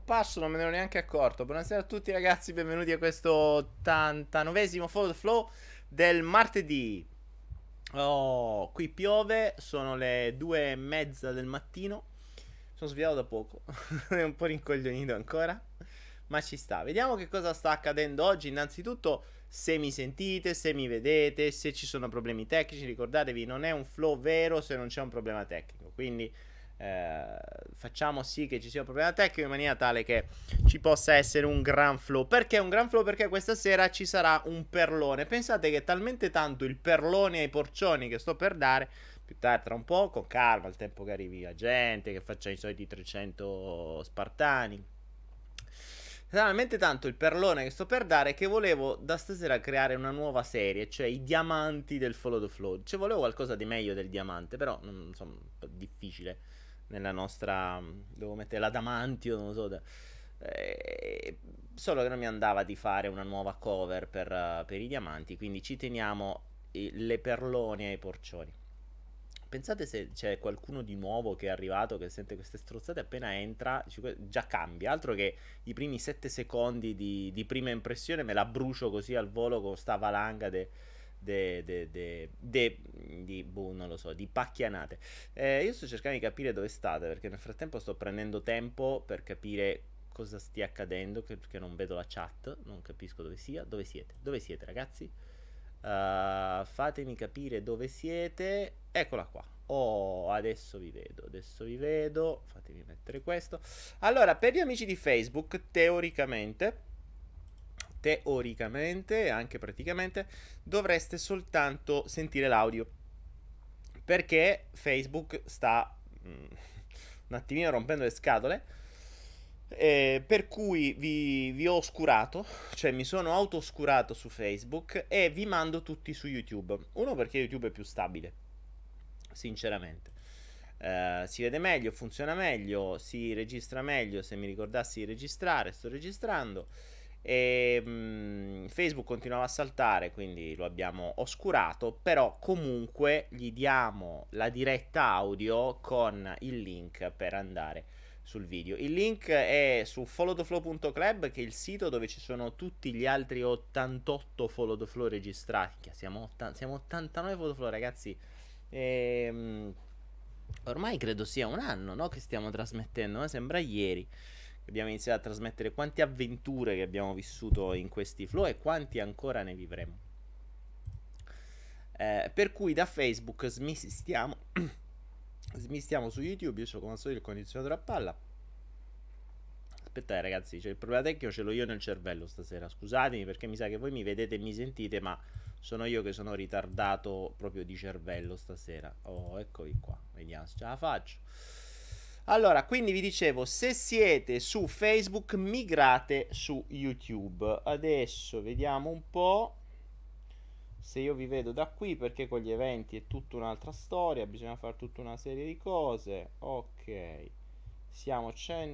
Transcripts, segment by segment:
scomparso, non me ne ero neanche accorto. Buonasera a tutti ragazzi, benvenuti a questo 89esimo Follow the Flow del martedì. Oh, qui piove, sono le 2:30 del mattino. Sono svegliato da poco, è un po' rincoglionito ancora, ma ci sta. Vediamo che cosa sta accadendo oggi. Innanzitutto, se mi sentite, se mi vedete, se ci sono problemi tecnici, ricordatevi, non è un flow vero se non c'è un problema tecnico. Quindi facciamo sì che ci sia un problema tecnico in maniera tale che ci possa essere un gran flow. Perché un gran flow? Perché questa sera ci sarà un perlone. Pensate che è talmente tanto il perlone ai porcioni che sto per dare. Più tardi, tra un po', con calma, il tempo che arrivi la gente, che faccia i soliti 300 spartani. Talmente tanto il perlone che sto per dare che volevo da stasera creare una nuova serie, cioè i diamanti del Follow the Flow. Cioè volevo qualcosa di meglio del diamante, però insomma, un po' difficile nella nostra... devo mettere l'adamantio, non lo so. Solo che non mi andava di fare una nuova cover per i diamanti, quindi ci teniamo le perlone ai porcioni. Pensate se c'è qualcuno di nuovo che è arrivato che sente queste strozzate appena entra, già cambia. Altro che i primi 7 secondi di prima impressione me la brucio così al volo con sta valanga boh, non lo so, di pacchianate. Io sto cercando di capire dove state perché nel frattempo sto prendendo tempo per capire cosa stia accadendo perché non vedo la chat, non capisco dove sia. Dove siete ragazzi? Fatemi capire dove siete. Eccola qua. Oh, adesso vi vedo. Adesso vi vedo. Fatemi mettere questo. Allora, per gli amici di Facebook, teoricamente, anche praticamente, dovreste soltanto sentire l'audio. Perché Facebook sta un attimino rompendo le scatole. Per cui vi ho oscurato, cioè mi sono auto-oscurato su Facebook e vi mando tutti su YouTube. Uno perché YouTube è più stabile, sinceramente. Si vede meglio, funziona meglio, si registra meglio. Se mi ricordassi di registrare, sto registrando. E Facebook continuava a saltare, quindi lo abbiamo oscurato. Però comunque gli diamo la diretta audio con il link per andare sul video. Il link è su followtheflow.club, che è il sito dove ci sono tutti gli altri 88 Follow the Flow registrati. Siamo 89 Follow the Flow, ragazzi. Ormai credo sia un anno, no, che stiamo trasmettendo. Sembra ieri che abbiamo iniziato a trasmettere quante avventure che abbiamo vissuto in questi flow e quanti ancora ne vivremo. Per cui da Facebook smistiamo su YouTube. Io ho come al solito il condizionatore a palla. Aspettate ragazzi, cioè il problema tecnico ce l'ho io nel cervello stasera. Scusatemi perché mi sa che voi mi vedete e mi sentite, ma sono io che sono ritardato proprio di cervello stasera. Oh, eccovi qua. Vediamo se ce la faccio. Allora, quindi vi dicevo, se siete su Facebook, migrate su YouTube. Adesso vediamo un po' se io vi vedo da qui, perché con gli eventi è tutta un'altra storia, bisogna fare tutta una serie di cose. Ok, siamo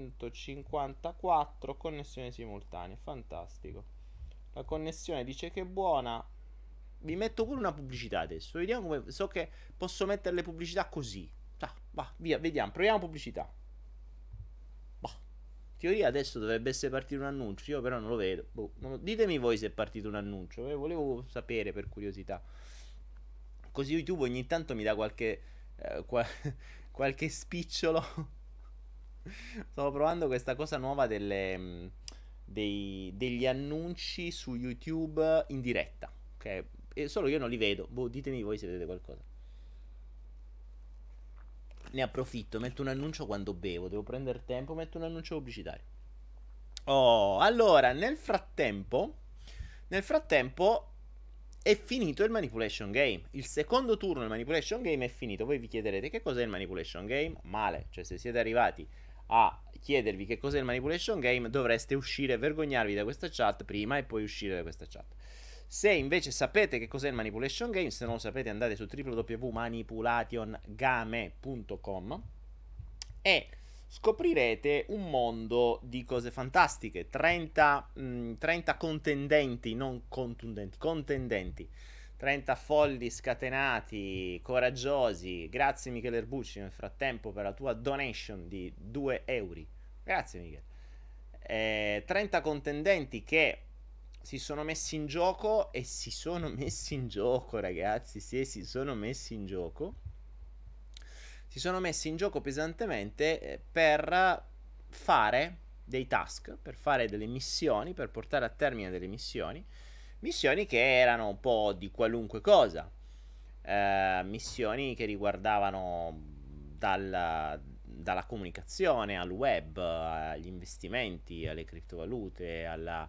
154 connessioni simultanee, fantastico. La connessione dice che è buona. Vi metto pure una pubblicità adesso, vediamo come... So che posso mettere le pubblicità così. Va, via, vediamo, proviamo pubblicità. Bah, in teoria adesso dovrebbe essere partito un annuncio, io però non lo vedo. Ditemi voi se è partito un annuncio, volevo sapere per curiosità. Così YouTube ogni tanto mi dà qualche spicciolo. Stavo provando questa cosa nuova degli annunci su YouTube in diretta. Ok, e solo io non li vedo. Ditemi voi se vedete qualcosa. Ne approfitto, metto un annuncio quando bevo, devo prendere tempo, metto un annuncio pubblicitario. Oh, allora, nel frattempo è finito il Manipulation Game. Il secondo turno del Manipulation Game è finito. Voi vi chiederete che cos'è il Manipulation Game? Male, cioè se siete arrivati a chiedervi che cos'è il Manipulation Game, dovreste uscire, vergognarvi da questa chat prima e poi uscire da questa chat. Se invece sapete che cos'è il Manipulation Game, se non lo sapete andate su www.manipulationgame.com e scoprirete un mondo di cose fantastiche. 30 contendenti, non contundenti, contendenti. 30 folli scatenati, coraggiosi. Grazie Michele Erbucci nel frattempo per la tua donation di 2 euro. Grazie Michele. 30 contendenti che si sono messi in gioco e si sono messi in gioco, ragazzi, sì, si sono messi in gioco. Si sono messi in gioco pesantemente per fare dei task, per fare delle missioni, per portare a termine delle missioni. Missioni che erano un po' di qualunque cosa. Missioni che riguardavano dalla comunicazione al web, agli investimenti, alle criptovalute,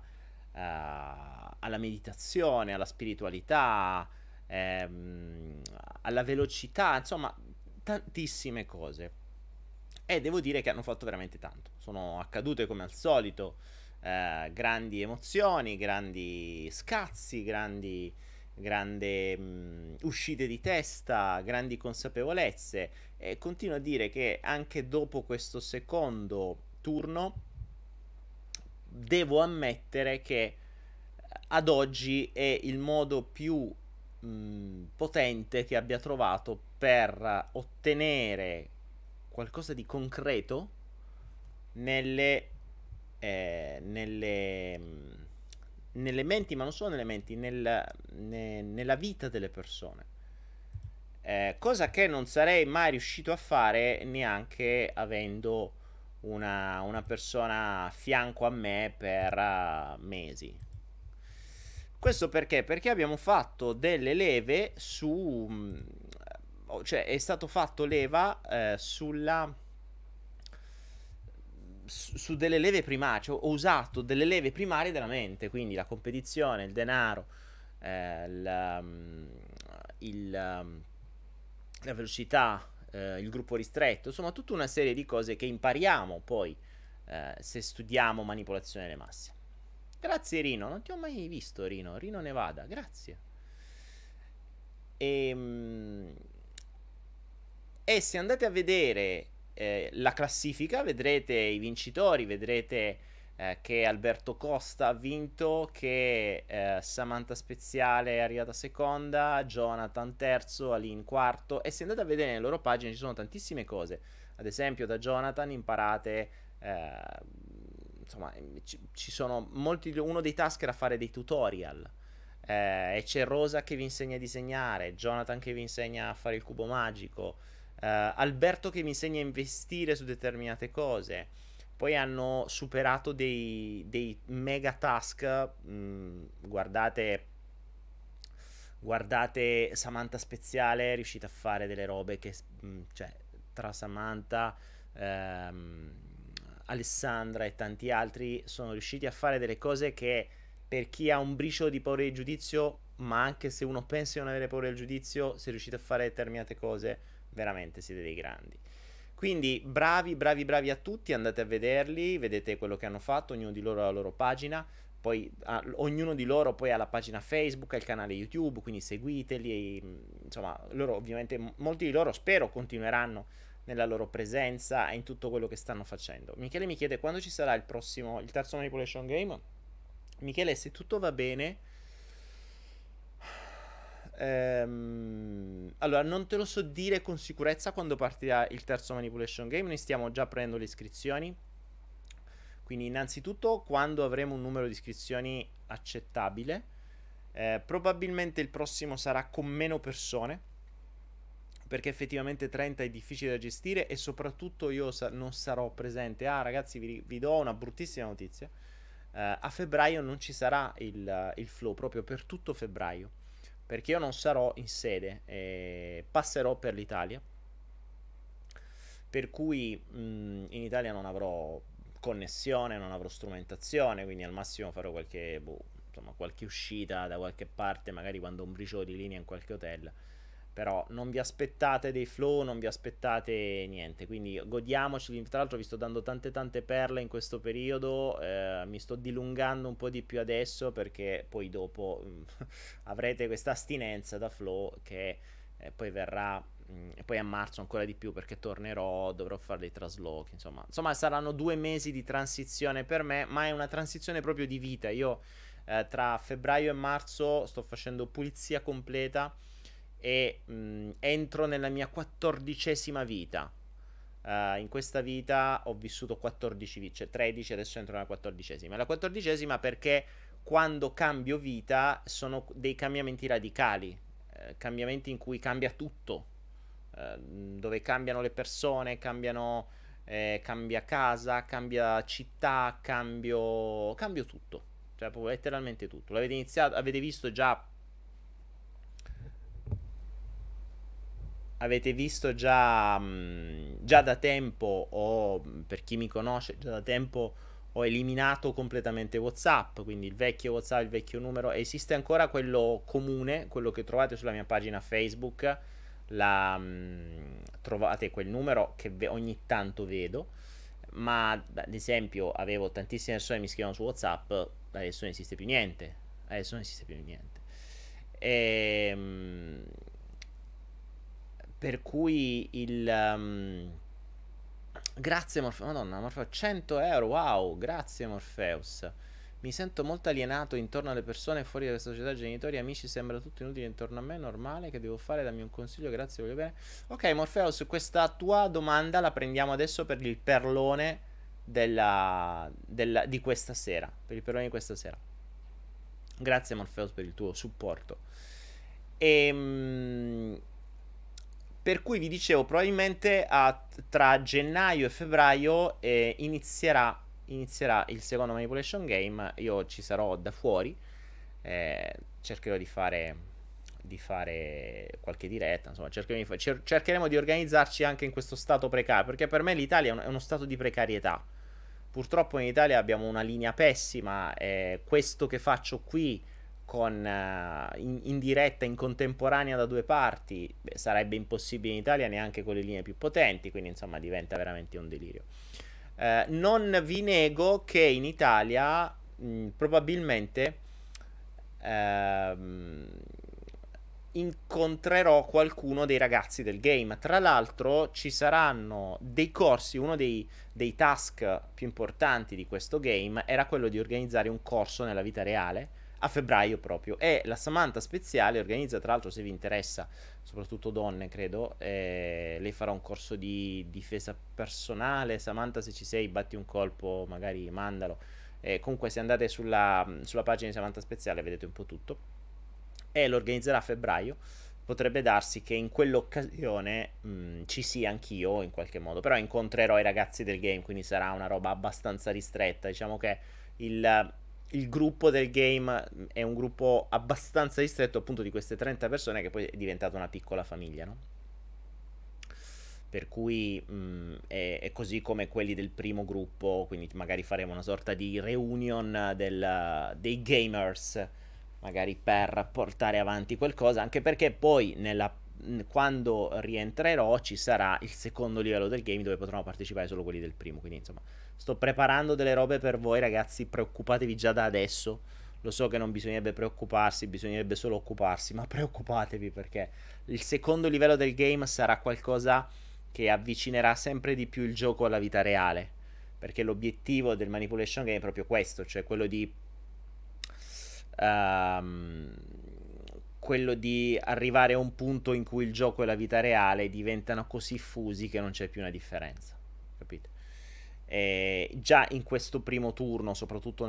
alla meditazione, alla spiritualità, alla velocità, insomma, tantissime cose. E devo dire che hanno fatto veramente tanto. Sono accadute come al solito grandi emozioni, grandi scazzi, grandi uscite di testa, grandi consapevolezze. E continuo a dire che anche dopo questo secondo turno devo ammettere che ad oggi è il modo più potente che abbia trovato per ottenere qualcosa di concreto nelle, nelle menti, ma non solo nelle menti, nella vita delle persone. Cosa che non sarei mai riuscito a fare neanche avendo una persona a fianco a me per mesi. Questo perché? Perché abbiamo fatto delle leve su... cioè è stato fatto leva su delle leve primarie, cioè ho usato delle leve primarie della mente, quindi la competizione, il denaro, la velocità, il gruppo ristretto, insomma tutta una serie di cose che impariamo poi se studiamo manipolazione delle masse. Grazie Rino, non ti ho mai visto Rino, Rino Nevada, grazie. E, e se andate a vedere la classifica, vedrete i vincitori, vedrete che Alberto Costa ha vinto, che Samantha Speziale è arrivata seconda, Jonathan terzo, Aline quarto. E se andate a vedere nelle loro pagine ci sono tantissime cose. Ad esempio, da Jonathan imparate. Insomma, ci sono molti. Uno dei task era fare dei tutorial. E c'è Rosa che vi insegna a disegnare, Jonathan che vi insegna a fare il cubo magico, Alberto che mi insegna a investire su determinate cose. Poi hanno superato dei mega task. Guardate Samantha Speziale, è riuscita a fare delle robe che, cioè, tra Samantha, Alessandra e tanti altri sono riusciti a fare delle cose che per chi ha un briciolo di paura di giudizio, ma anche se uno pensa di non avere paura del giudizio, se riuscite a fare determinate cose, veramente siete dei grandi. Quindi bravi, bravi, bravi a tutti, andate a vederli, vedete quello che hanno fatto, ognuno di loro ha la loro pagina, poi ognuno di loro poi ha la pagina Facebook, ha il canale YouTube, quindi seguiteli, e, insomma, loro ovviamente, molti di loro spero continueranno nella loro presenza e in tutto quello che stanno facendo. Michele mi chiede quando ci sarà il terzo Manipulation Game. Michele, se tutto va bene, allora non te lo so dire con sicurezza quando partirà il terzo Manipulation Game. Noi stiamo già prendendo le iscrizioni. Quindi, innanzitutto, quando avremo un numero di iscrizioni accettabile, probabilmente il prossimo sarà con meno persone. Perché effettivamente 30 è difficile da gestire e soprattutto io non sarò presente. Ah, ragazzi, vi do una bruttissima notizia. A febbraio non ci sarà il flow proprio per tutto febbraio perché io non sarò in sede e passerò per l'Italia, per cui in Italia non avrò connessione, non avrò strumentazione, quindi al massimo farò qualche uscita da qualche parte, magari quando ho un briciolo di linea in qualche hotel. Però non vi aspettate dei flow, non vi aspettate niente, quindi godiamoci. Tra l'altro vi sto dando tante tante perle in questo periodo, mi sto dilungando un po' di più adesso perché poi dopo avrete questa astinenza da flow che poi verrà, e poi a marzo ancora di più perché tornerò, dovrò fare dei traslochi, insomma saranno 2 mesi di transizione per me, ma è una transizione proprio di vita. Io tra febbraio e marzo sto facendo pulizia completa e entro nella mia 14ª vita. In questa vita ho vissuto 14 vite, cioè 13, adesso entro nella 14esima. La 14esima perché quando cambio vita sono dei cambiamenti radicali, cambiamenti in cui cambia tutto, dove cambiano le persone, cambia casa, cambia città, cambio tutto, cioè proprio letteralmente tutto. L'avete iniziato, avete visto già, già da tempo, o per chi mi conosce, già da tempo ho eliminato completamente WhatsApp, quindi il vecchio WhatsApp, il vecchio numero. Esiste ancora quello comune, quello che trovate sulla mia pagina Facebook. Trovate quel numero che ogni tanto vedo. Ma ad esempio avevo tantissime persone che mi scrivono su WhatsApp, adesso non esiste più niente. Adesso non esiste più niente. E, per cui grazie Morpheus, madonna, Morpheus, 100 euro, wow, grazie Morpheus. Mi sento molto alienato intorno alle persone fuori da questa società, genitori, amici, sembra tutto inutile intorno a me, normale, che devo fare? Dammi un consiglio, grazie, voglio bene. Ok Morpheus, questa tua domanda la prendiamo adesso per il perlone di questa sera, per il perlone di questa sera. Grazie Morpheus per il tuo supporto. E... Per cui vi dicevo, probabilmente tra gennaio e febbraio inizierà il secondo Manipulation Game. Io ci sarò da fuori. Cercherò di fare qualche diretta. Insomma, cercheremo di organizzarci anche in questo stato precario. Perché per me l'Italia è uno stato di precarietà. Purtroppo in Italia abbiamo una linea pessima. Questo che faccio qui in diretta in contemporanea da due parti, sarebbe impossibile in Italia neanche con le linee più potenti, quindi insomma diventa veramente un delirio. Non vi nego che in Italia probabilmente ehm, incontrerò qualcuno dei ragazzi del game. Tra l'altro ci saranno dei corsi, uno dei task più importanti di questo game era quello di organizzare un corso nella vita reale a febbraio proprio, e la Samantha Speziale organizza, tra l'altro se vi interessa, soprattutto donne credo, lei farà un corso di difesa personale. Samantha, se ci sei, batti un colpo, magari mandalo. Comunque se andate sulla pagina di Samantha Speziale vedete un po' tutto, e lo organizzerà a febbraio. Potrebbe darsi che in quell'occasione ci sia anch'io in qualche modo, però incontrerò i ragazzi del game, quindi sarà una roba abbastanza ristretta. Diciamo che il gruppo del game è un gruppo abbastanza ristretto, appunto, di queste 30 persone, che poi è diventata una piccola famiglia, no? Per cui è così come quelli del primo gruppo, quindi magari faremo una sorta di reunion dei gamers, magari per portare avanti qualcosa, anche perché poi quando rientrerò ci sarà il secondo livello del game dove potranno partecipare solo quelli del primo, quindi insomma sto preparando delle robe per voi ragazzi, preoccupatevi già da adesso. Lo so che non bisognerebbe preoccuparsi, bisognerebbe solo occuparsi, ma preoccupatevi perché il secondo livello del game sarà qualcosa che avvicinerà sempre di più il gioco alla vita reale, perché l'obiettivo del Manipulation Game è proprio questo, cioè ehm, quello di arrivare a un punto in cui il gioco e la vita reale diventano così fusi che non c'è più una differenza, capite? Già in questo primo turno, soprattutto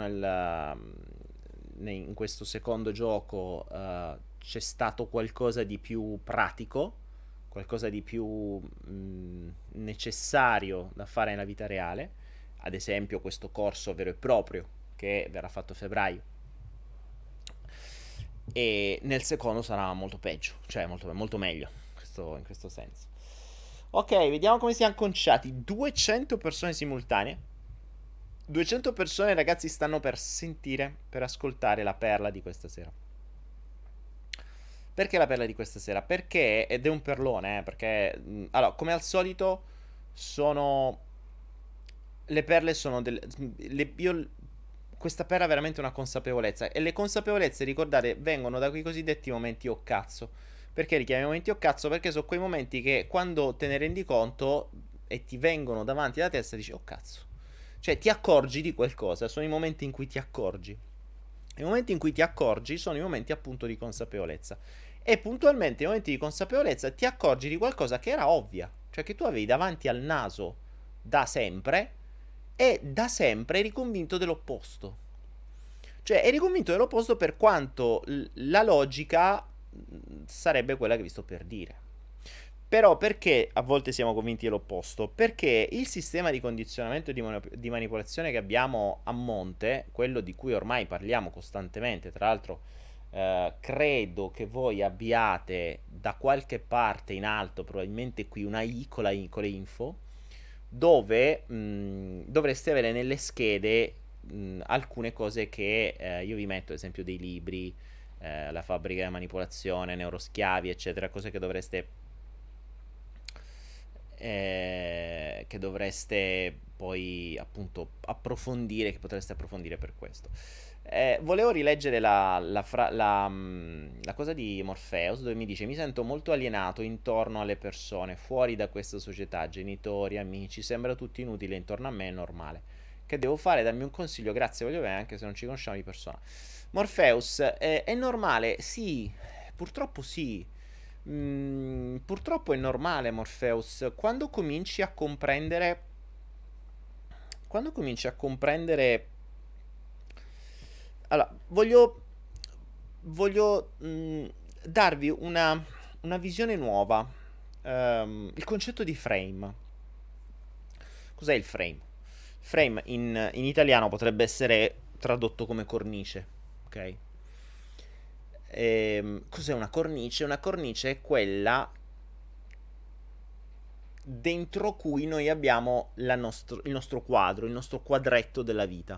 in questo secondo gioco, c'è stato qualcosa di più pratico, qualcosa di più necessario da fare nella vita reale, ad esempio questo corso vero e proprio che verrà fatto a febbraio, e nel secondo sarà molto peggio, cioè molto, molto meglio in questo senso. Ok, vediamo come siamo conciati. 200 persone simultanee. 200 persone, ragazzi, stanno per sentire, per ascoltare la perla di questa sera. Perché la perla di questa sera? Perché, ed è un perlone, perché allora, come al solito sono le perle sono questa perla è veramente una consapevolezza, e le consapevolezze, ricordate, vengono da quei cosiddetti momenti o cazzo. Perché richiami momenti o cazzo? Perché sono quei momenti che quando te ne rendi conto e ti vengono davanti alla testa dici oh cazzo. Cioè ti accorgi di qualcosa, sono i momenti in cui ti accorgi. I momenti in cui ti accorgi sono i momenti appunto di consapevolezza. E puntualmente nei momenti di consapevolezza ti accorgi di qualcosa che era ovvia. cioè che tu avevi davanti al naso da sempre e da sempre eri convinto dell'opposto. Cioè eri convinto dell'opposto per quanto la logica sarebbe quella che vi sto per dire. Però perché a volte siamo convinti dell'opposto? Perché il sistema di condizionamento e di manipolazione che abbiamo a monte, quello di cui ormai parliamo costantemente, tra l'altro credo che voi abbiate da qualche parte in alto, probabilmente qui una i con le info, dove dovreste avere nelle schede alcune cose che io vi metto, ad esempio dei libri, la fabbrica della manipolazione, neuroschiavi, eccetera, cose che dovreste poi appunto approfondire, che potreste approfondire per questo. Volevo rileggere la cosa di Morpheus, dove mi dice: mi sento molto alienato intorno alle persone, fuori da questa società, genitori, amici, sembra tutto inutile intorno a me, è normale. Che devo fare? Darmi un consiglio, grazie, voglio bene, anche se non ci conosciamo di persona. Morpheus, è normale? Sì, purtroppo sì. Purtroppo è normale, Morpheus. Quando cominci a comprendere. Allora, voglio darvi una visione nuova. Il concetto di frame. Cos'è il frame? Frame in italiano potrebbe essere tradotto come cornice, ok? Cos'è una cornice? Una cornice è quella dentro cui noi abbiamo il nostro quadro, il nostro quadretto della vita.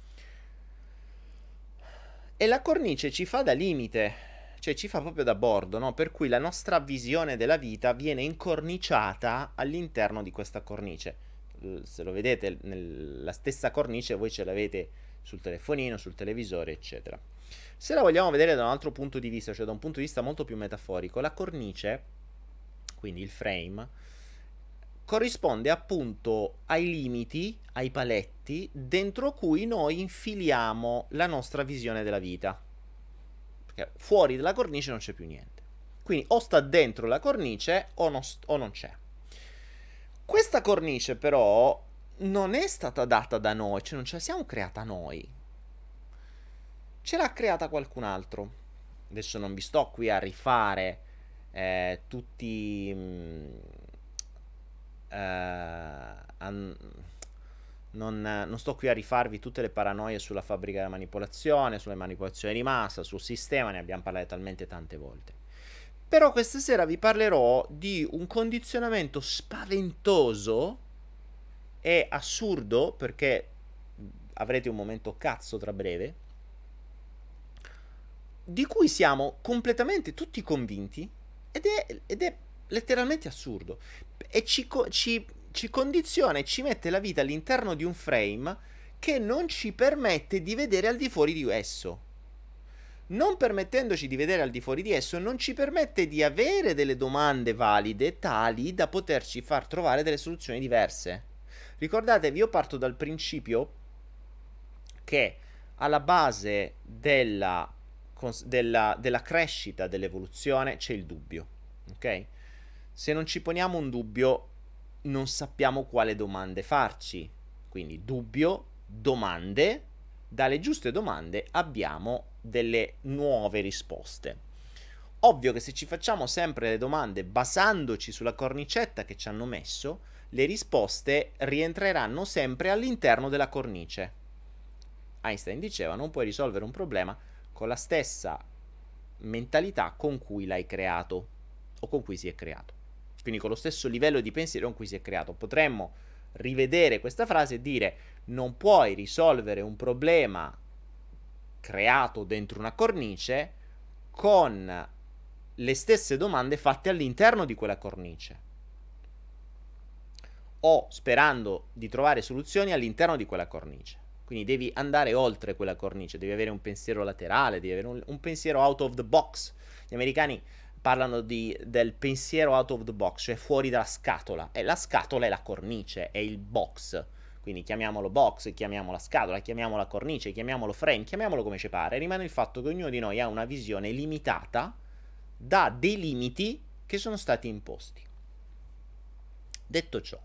E la cornice ci fa da limite, cioè ci fa proprio da bordo, no? Per cui la nostra visione della vita viene incorniciata all'interno di questa cornice. Se lo vedete, la stessa cornice voi ce l'avete sul telefonino, sul televisore, eccetera. Se la vogliamo vedere da un altro punto di vista, cioè da un punto di vista molto più metaforico, la cornice, quindi il frame, corrisponde appunto ai limiti, ai paletti, dentro cui noi infiliamo la nostra visione della vita. Perché fuori dalla cornice non c'è più niente. Quindi o sta dentro la cornice o non c'è. Questa cornice però non è stata data da noi, cioè non ce la siamo creata noi. Ce l'ha creata qualcun altro. Adesso non vi sto qui a rifare tutti non sto qui a rifarvi tutte le paranoie sulla fabbrica della manipolazione, sulle manipolazioni di massa, sul sistema, ne abbiamo parlato talmente tante volte. Però questa sera vi parlerò di un condizionamento spaventoso e assurdo, perché avrete un momento cazzo tra breve, di cui siamo completamente tutti convinti ed è letteralmente assurdo. E ci condiziona e ci mette la vita all'interno di un frame che non ci permette di vedere al di fuori di esso. Non permettendoci di vedere al di fuori di esso, non ci permette di avere delle domande valide tali da poterci far trovare delle soluzioni diverse. Ricordatevi, io parto dal principio che alla base della crescita, dell'evoluzione, c'è il dubbio, ok? Se non ci poniamo un dubbio, non sappiamo quale domande farci. Quindi dubbio, domande, dalle giuste domande abbiamo delle nuove risposte. Ovvio che se ci facciamo sempre le domande basandoci sulla cornicetta che ci hanno messo, le risposte rientreranno sempre all'interno della cornice. Einstein diceva: non puoi risolvere un problema con la stessa mentalità con cui l'hai creato o con cui si è creato. Quindi con lo stesso livello di pensiero con cui si è creato. Potremmo rivedere questa frase e dire: non puoi risolvere un problema creato dentro una cornice con le stesse domande fatte all'interno di quella cornice, o sperando di trovare soluzioni all'interno di quella cornice. Quindi devi andare oltre quella cornice, devi avere un pensiero laterale, devi avere un pensiero out of the box. Gli americani parlano del pensiero out of the box, cioè fuori dalla scatola. E la scatola è la cornice, è il box. Quindi chiamiamolo box, chiamiamola scatola, chiamiamola cornice, chiamiamolo frame, chiamiamolo come ci pare. Rimane il fatto che ognuno di noi ha una visione limitata da dei limiti che sono stati imposti. Detto ciò,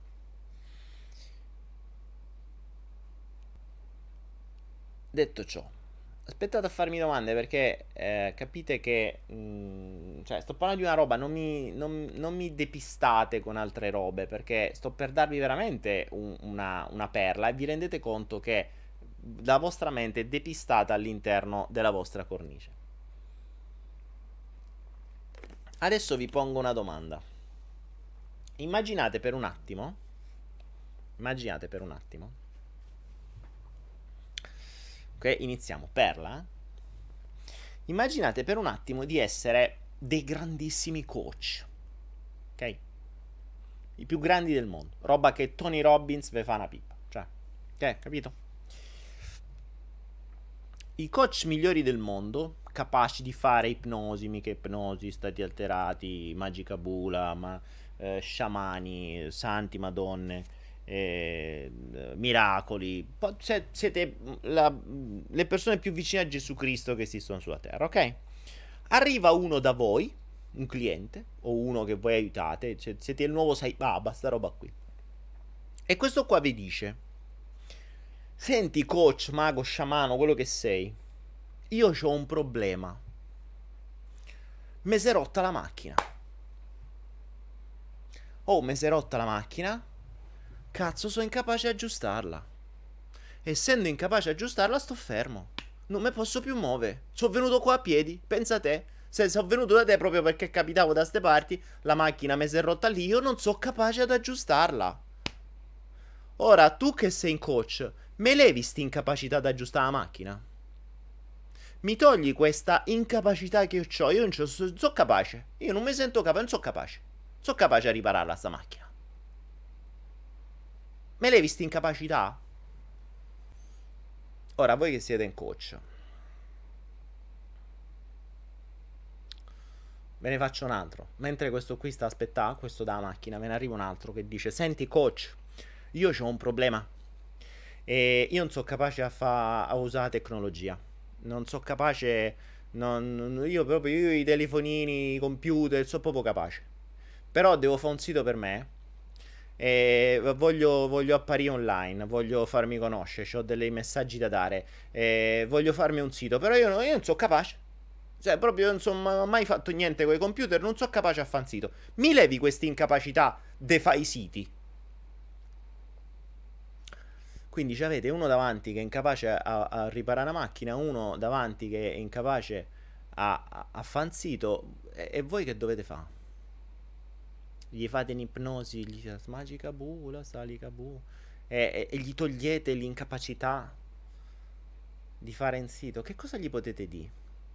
detto ciò, aspettate a farmi domande perché capite che cioè, sto parlando di una roba, non mi depistate con altre robe perché sto per darvi veramente una perla e vi rendete conto che la vostra mente è depistata all'interno della vostra cornice. Adesso vi pongo una domanda. Immaginate per un attimo, immaginate per un attimo, ok, iniziamo, perla, immaginate per un attimo di essere dei grandissimi coach, ok? I più grandi del mondo, roba che Tony Robbins ve fa una pipa, cioè, ok, capito? I coach migliori del mondo, capaci di fare ipnosi, mica ipnosi, stati alterati, magica bula, sciamani, santi, madonne, miracoli. Siete le persone più vicine a Gesù Cristo che esistono sulla terra, ok? Arriva uno da voi, un cliente o uno che voi aiutate, cioè siete il nuovo Sai Baba, sta roba qui. E questo qua vi dice: senti, coach, mago, sciamano, quello che sei, io ho un problema. Mi si è rotta la macchina. Oh, mi si è rotta la macchina. Cazzo, sono incapace di aggiustarla. Essendo incapace di aggiustarla, sto fermo. Non mi posso più muovere. Sono venuto qua a piedi. Pensa te. Se sono venuto da te proprio perché capitavo da ste parti, la macchina mi si è rotta lì. Io non sono capace ad aggiustarla. Ora, tu che sei in coach, me levi sta incapacità di aggiustare la macchina? Mi togli questa incapacità che io ho. Io non sono capace. Io non mi sento capace. Non sono capace. Sono capace a ripararla sta macchina. Me levi sta incapacità? Ora, voi che siete in coach, ve ne faccio un altro. Mentre questo qui sta aspettando, questo dalla macchina, me ne arriva un altro che dice: senti, coach, io ho un problema. E io non sono capace a usare la tecnologia. Non sono capace. Io proprio io i telefonini, i computer, sono proprio capace. Però devo fare un sito per me. E voglio apparire online, voglio farmi conoscere, ho dei messaggi da dare, voglio farmi un sito, però io non sono capace. Cioè, proprio non sono mai fatto niente con i computer, non sono capace a fare un sito. Mi levi questa incapacità de fare i siti? Quindi ci avete uno davanti che è incapace a riparare una macchina, uno davanti che è incapace a fare un sito, e voi che dovete fare? Gli fate un'ipnosi, gli fate magica bula, salica bu, e gli togliete l'incapacità di fare un sito. Che cosa gli potete dire?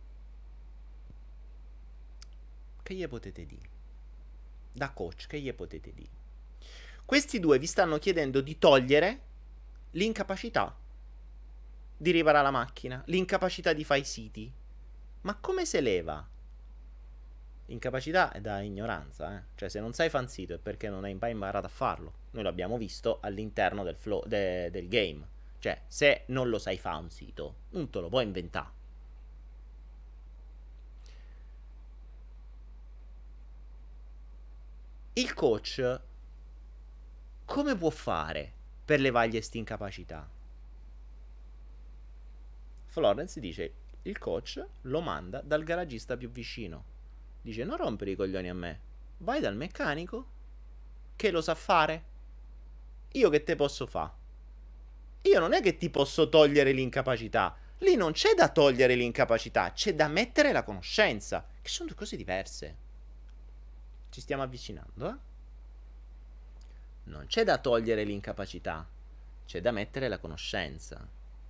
Che gli potete dire? Da coach, che gli potete dire? Questi due vi stanno chiedendo di togliere l'incapacità di riparare la macchina, l'incapacità di fare i siti. Ma come se leva? Incapacità è da ignoranza, eh. Cioè, se non sai fare un sito è perché non hai mai imparato a farlo. Noi l'abbiamo visto all'interno del flow del game. Cioè, se non lo sai fare un sito, non te lo puoi inventare. Il coach come può fare per levargli questa incapacità? Florence dice: il coach lo manda dal garagista più vicino. Dice: non rompere i coglioni a me, vai dal meccanico che lo sa fare. Io che te posso fare? Io non è che ti posso togliere l'incapacità. Lì non c'è da togliere l'incapacità, c'è da mettere la conoscenza, che sono due cose diverse. Ci stiamo avvicinando, eh? Non c'è da togliere l'incapacità, c'è da mettere la conoscenza.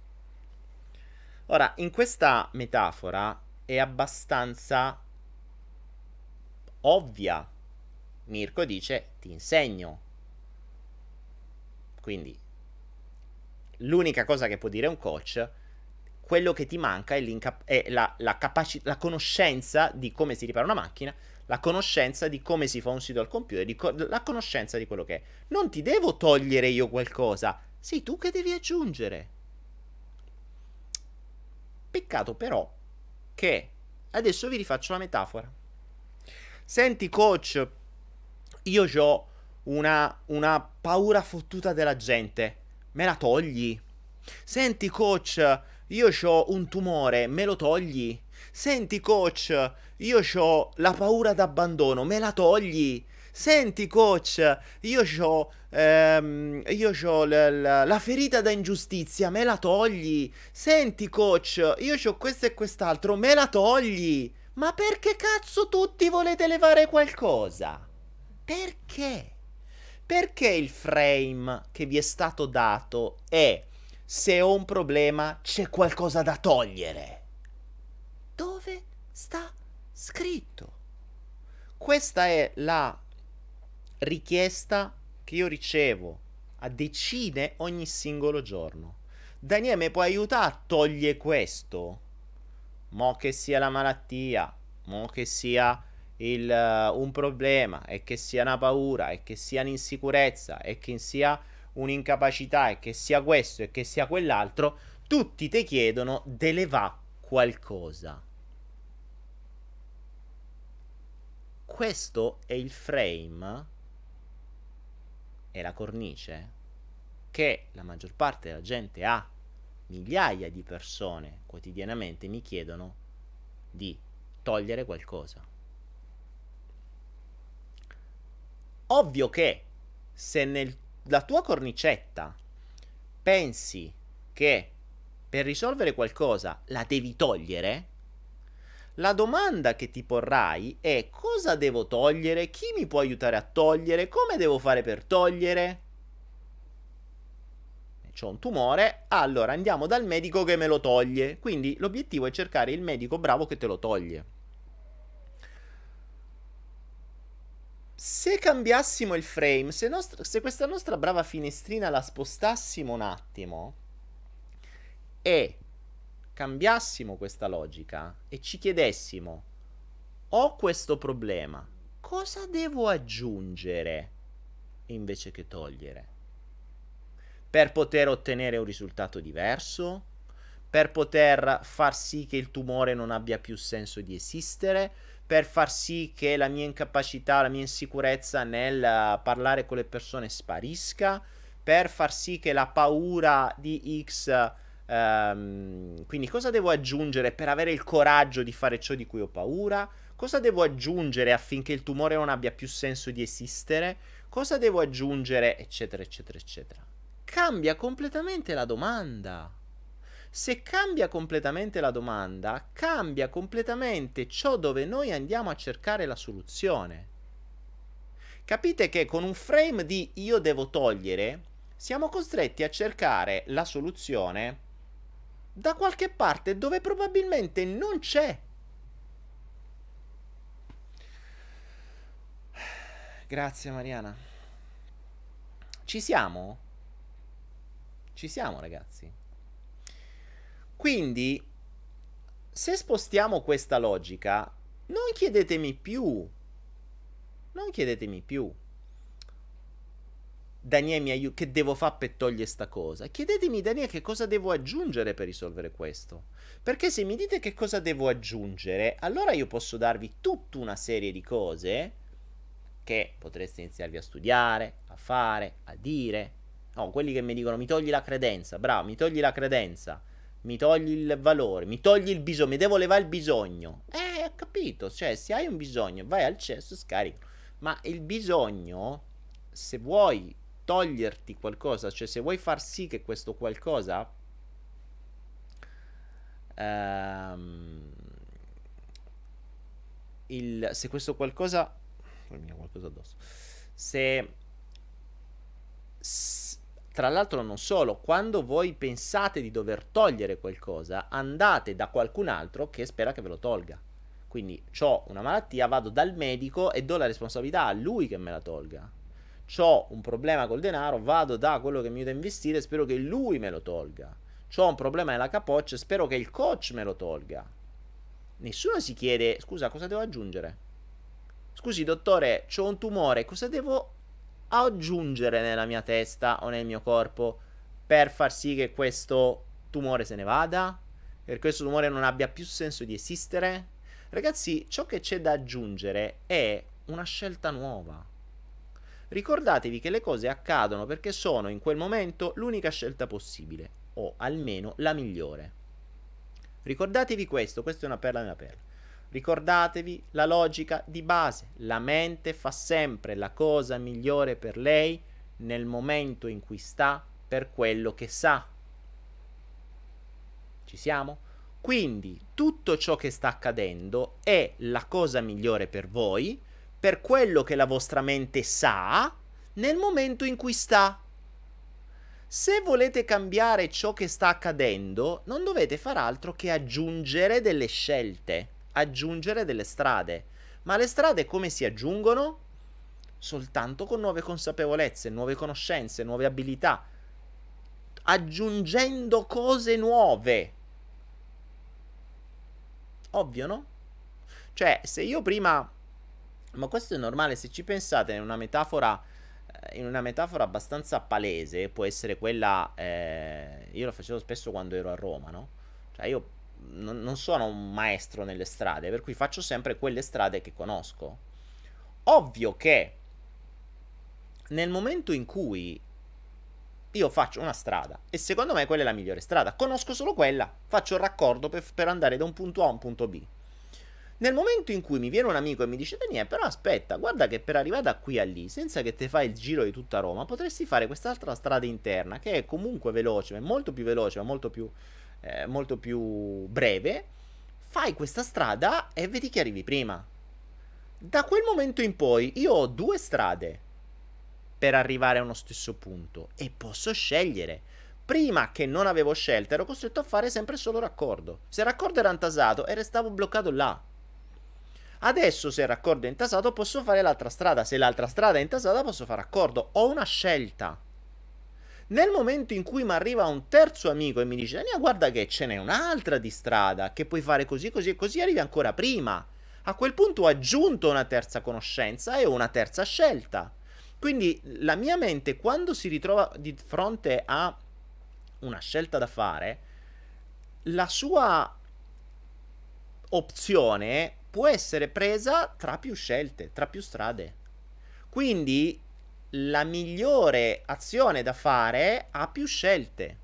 Ora, in questa metafora è abbastanza ovvia. Mirko dice: ti insegno. Quindi, l'unica cosa che può dire un coach, quello che ti manca è la conoscenza di come si ripara una macchina, la conoscenza di come si fa un sito al computer, la conoscenza di quello che è. Non ti devo togliere io qualcosa, sei tu che devi aggiungere. Peccato però che adesso vi rifaccio la metafora. Senti, coach, io ho una paura fottuta della gente, me la togli? Senti, coach, io ho un tumore, me lo togli? Senti, coach, io ho la paura d'abbandono, me la togli? Senti, coach, io ho la ferita da ingiustizia, me la togli? Senti, coach, io ho questo e quest'altro, me la togli? Ma perché cazzo tutti volete levare qualcosa? Perché? Perché il frame che vi è stato dato è: se ho un problema c'è qualcosa da togliere. Dove sta scritto? Questa è la richiesta che io ricevo a decine ogni singolo giorno. Daniele, mi puoi aiutare a togliere questo? Mo che sia la malattia, mo che sia un problema, e che sia una paura, e che sia un'insicurezza, e che sia un'incapacità, e che sia questo, e che sia quell'altro, tutti ti chiedono di levà qualcosa. Questo è il frame, è la cornice che la maggior parte della gente ha. Migliaia di persone quotidianamente mi chiedono di togliere qualcosa. Ovvio che se nella tua cornicetta pensi che per risolvere qualcosa la devi togliere, la domanda che ti porrai è: cosa devo togliere? Chi mi può aiutare a togliere? Come devo fare per togliere? C'ho un tumore, allora andiamo dal medico che me lo toglie. Quindi l'obiettivo è cercare il medico bravo che te lo toglie. Se cambiassimo il frame, se questa nostra brava finestrina la spostassimo un attimo e cambiassimo questa logica e ci chiedessimo: ho questo problema, cosa devo aggiungere invece che togliere? Per poter ottenere un risultato diverso? Per poter far sì che il tumore non abbia più senso di esistere? Per far sì che la mia incapacità, la mia insicurezza nel parlare con le persone sparisca? Per far sì che la paura di X... quindi cosa devo aggiungere per avere il coraggio di fare ciò di cui ho paura? Cosa devo aggiungere affinché il tumore non abbia più senso di esistere? Cosa devo aggiungere? Eccetera, eccetera, eccetera. Cambia completamente la domanda. Se cambia completamente la domanda, cambia completamente ciò dove noi andiamo a cercare la soluzione. Capite che con un frame di io devo togliere, siamo costretti a cercare la soluzione da qualche parte dove probabilmente non c'è. Grazie Mariana. Ci siamo? Ci siamo ragazzi. Quindi, se spostiamo questa logica, non chiedetemi più. Non chiedetemi più. Daniele, che devo fare per togliere sta cosa? Chiedetemi, Daniele, che cosa devo aggiungere per risolvere questo. Perché se mi dite che cosa devo aggiungere, allora io posso darvi tutta una serie di cose che potreste iniziarvi a studiare, a fare, a dire. No, quelli che mi dicono: mi togli la credenza, bravo, mi togli la credenza, mi togli il valore, mi togli il bisogno, mi devo levare il bisogno. Ho capito, cioè se hai un bisogno vai al cesso e scarico. Ma il bisogno, se vuoi toglierti qualcosa, cioè se vuoi far sì che questo qualcosa se questo qualcosa qualcosa addosso, se tra l'altro non solo, quando voi pensate di dover togliere qualcosa, andate da qualcun altro che spera che ve lo tolga. Quindi ho una malattia, vado dal medico e do la responsabilità a lui che me la tolga. C'ho un problema col denaro, vado da quello che mi aiuta a investire, spero che lui me lo tolga. C'ho un problema nella capoccia, spero che il coach me lo tolga. Nessuno si chiede: scusa, cosa devo aggiungere? Scusi dottore, c'ho un tumore, cosa devo aggiungere nella mia testa o nel mio corpo per far sì che questo tumore se ne vada? Per questo tumore non abbia più senso di esistere? Ragazzi, ciò che c'è da aggiungere è una scelta nuova. Ricordatevi che le cose accadono perché sono in quel momento l'unica scelta possibile, o almeno la migliore. Ricordatevi questo, questa è una perla di una perla. Ricordatevi la logica di base, la mente fa sempre la cosa migliore per lei nel momento in cui sta, per quello che sa. Ci siamo? Quindi tutto ciò che sta accadendo è la cosa migliore per voi, per quello che la vostra mente sa, nel momento in cui sta. Se volete cambiare ciò che sta accadendo, non dovete far altro che aggiungere delle scelte, aggiungere delle strade. Ma le strade come si aggiungono? Soltanto con nuove consapevolezze, nuove conoscenze, nuove abilità, aggiungendo cose nuove. Ovvio, no? Cioè, se io prima... Ma questo è normale, se ci pensate in una metafora abbastanza palese, può essere quella... io lo facevo spesso quando ero a Roma, no? Cioè, io non sono un maestro nelle strade, per cui faccio sempre quelle strade che conosco. Ovvio che nel momento in cui io faccio una strada e secondo me quella è la migliore strada, conosco solo quella, faccio il raccordo per andare da un punto A a un punto B. Nel momento in cui mi viene un amico e mi dice Daniele, però aspetta, guarda che per arrivare da qui a lì, senza che te fai il giro di tutta Roma, potresti fare quest'altra strada interna che è comunque veloce, molto più veloce, ma molto più breve. Fai questa strada e vedi che arrivi prima. Da quel momento in poi io ho due strade per arrivare a uno stesso punto e posso scegliere. Prima che non avevo scelta ero costretto a fare sempre solo raccordo. Se il raccordo era intasato e restavo bloccato là. Adesso se il raccordo è intasato posso fare l'altra strada. Se l'altra strada è intasata posso fare raccordo. Ho una scelta. Nel momento in cui mi arriva un terzo amico e mi dice guarda che ce n'è un'altra di strada, che puoi fare così, così e così, arrivi ancora prima. A quel punto ho aggiunto una terza conoscenza e una terza scelta. Quindi la mia mente, quando si ritrova di fronte a una scelta da fare, la sua opzione può essere presa tra più scelte, tra più strade. Quindi la migliore azione da fare ha più scelte.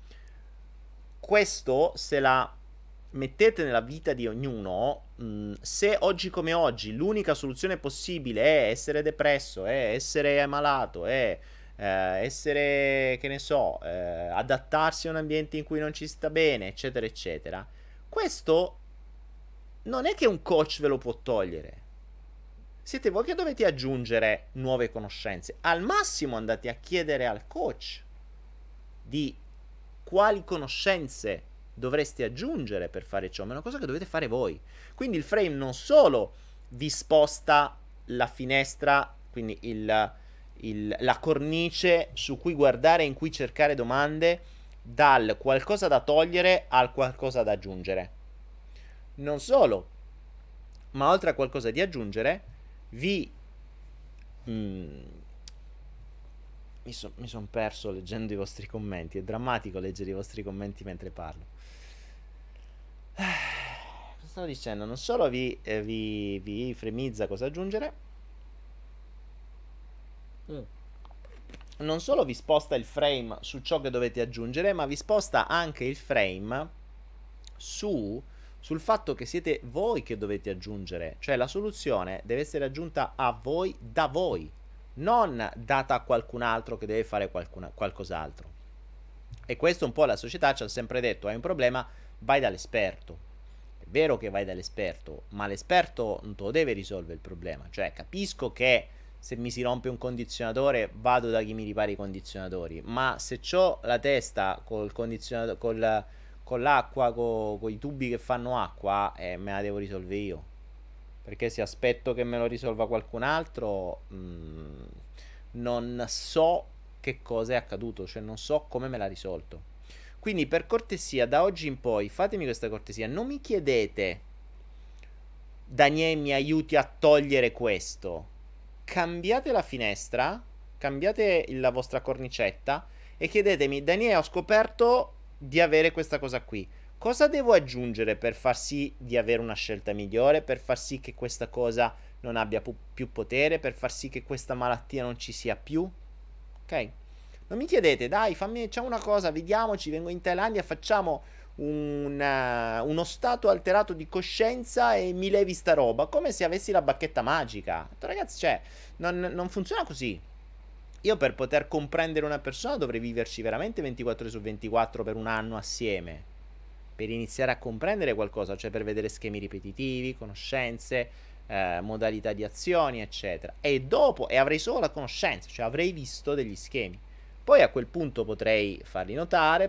Questo, se la mettete nella vita di ognuno, se oggi come oggi l'unica soluzione possibile è essere depresso, è essere malato, è essere, che ne so, adattarsi a un ambiente in cui non ci sta bene, eccetera, eccetera, questo non è che un coach ve lo può togliere. Siete voi che dovete aggiungere nuove conoscenze. Al massimo andate a chiedere al coach di quali conoscenze dovreste aggiungere per fare ciò, ma è una cosa che dovete fare voi. Quindi il frame non solo vi sposta la finestra, quindi la cornice su cui guardare, in cui cercare domande, dal qualcosa da togliere al qualcosa da aggiungere. Non solo, ma oltre a qualcosa di aggiungere, mi sono perso leggendo i vostri commenti. È drammatico leggere i vostri commenti mentre parlo. Cosa stavo dicendo? Non solo vi fremizza cosa aggiungere, non solo vi sposta il frame su ciò che dovete aggiungere, ma vi sposta anche il frame sul fatto che siete voi che dovete aggiungere. Cioè la soluzione deve essere aggiunta a voi da voi, non data a qualcun altro che deve fare qualcos'altro. E questo un po' la società ci ha sempre detto: hai un problema, vai dall'esperto. È vero che vai dall'esperto, ma l'esperto non te lo deve risolvere il problema. Cioè capisco che se mi si rompe un condizionatore vado da chi mi ripara i condizionatori, ma se ho la testa col condizionatore, con l'acqua, con i tubi che fanno acqua, me la devo risolvere io. Perché se aspetto che me lo risolva qualcun altro, non so che cosa è accaduto, cioè non so come me l'ha risolto. Quindi per cortesia, da oggi in poi, fatemi questa cortesia, non mi chiedete Daniele mi aiuti a togliere questo. Cambiate la finestra, cambiate la vostra cornicetta e chiedetemi Daniele ho scoperto di avere questa cosa qui. Cosa devo aggiungere per far sì di avere una scelta migliore, per far sì che questa cosa non abbia più potere, per far sì che questa malattia non ci sia più? Ok? Non mi chiedete, dai, facciamo una cosa, vediamoci, vengo in Thailandia, facciamo uno stato alterato di coscienza e mi levi sta roba, come se avessi la bacchetta magica. Ragazzi, cioè, non funziona così. Io per poter comprendere una persona dovrei viverci veramente 24 ore su 24 per un anno assieme. Per iniziare a comprendere qualcosa, cioè per vedere schemi ripetitivi, conoscenze, modalità di azioni, eccetera. E dopo, e avrei solo la conoscenza, cioè avrei visto degli schemi. Poi a quel punto potrei farli notare,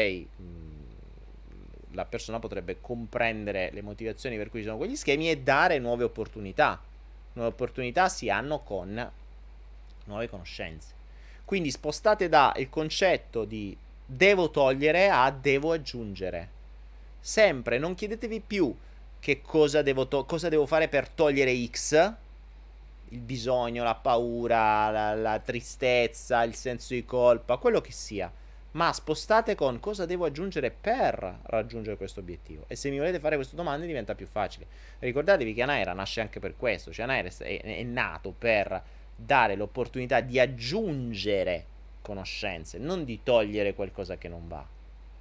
la persona potrebbe comprendere le motivazioni per cui ci sono quegli schemi e dare nuove opportunità. Nuove opportunità si hanno con nuove conoscenze. Quindi spostate da il concetto di devo togliere a devo aggiungere. Sempre, non chiedetevi più che cosa devo fare per togliere X, il bisogno, la paura, la tristezza, il senso di colpa, quello che sia. Ma spostate con cosa devo aggiungere per raggiungere questo obiettivo. E se mi volete fare queste domande diventa più facile. Ricordatevi che Anaera nasce anche per questo. Cioè Anaera è nato per dare l'opportunità di aggiungere conoscenze, non di togliere qualcosa che non va.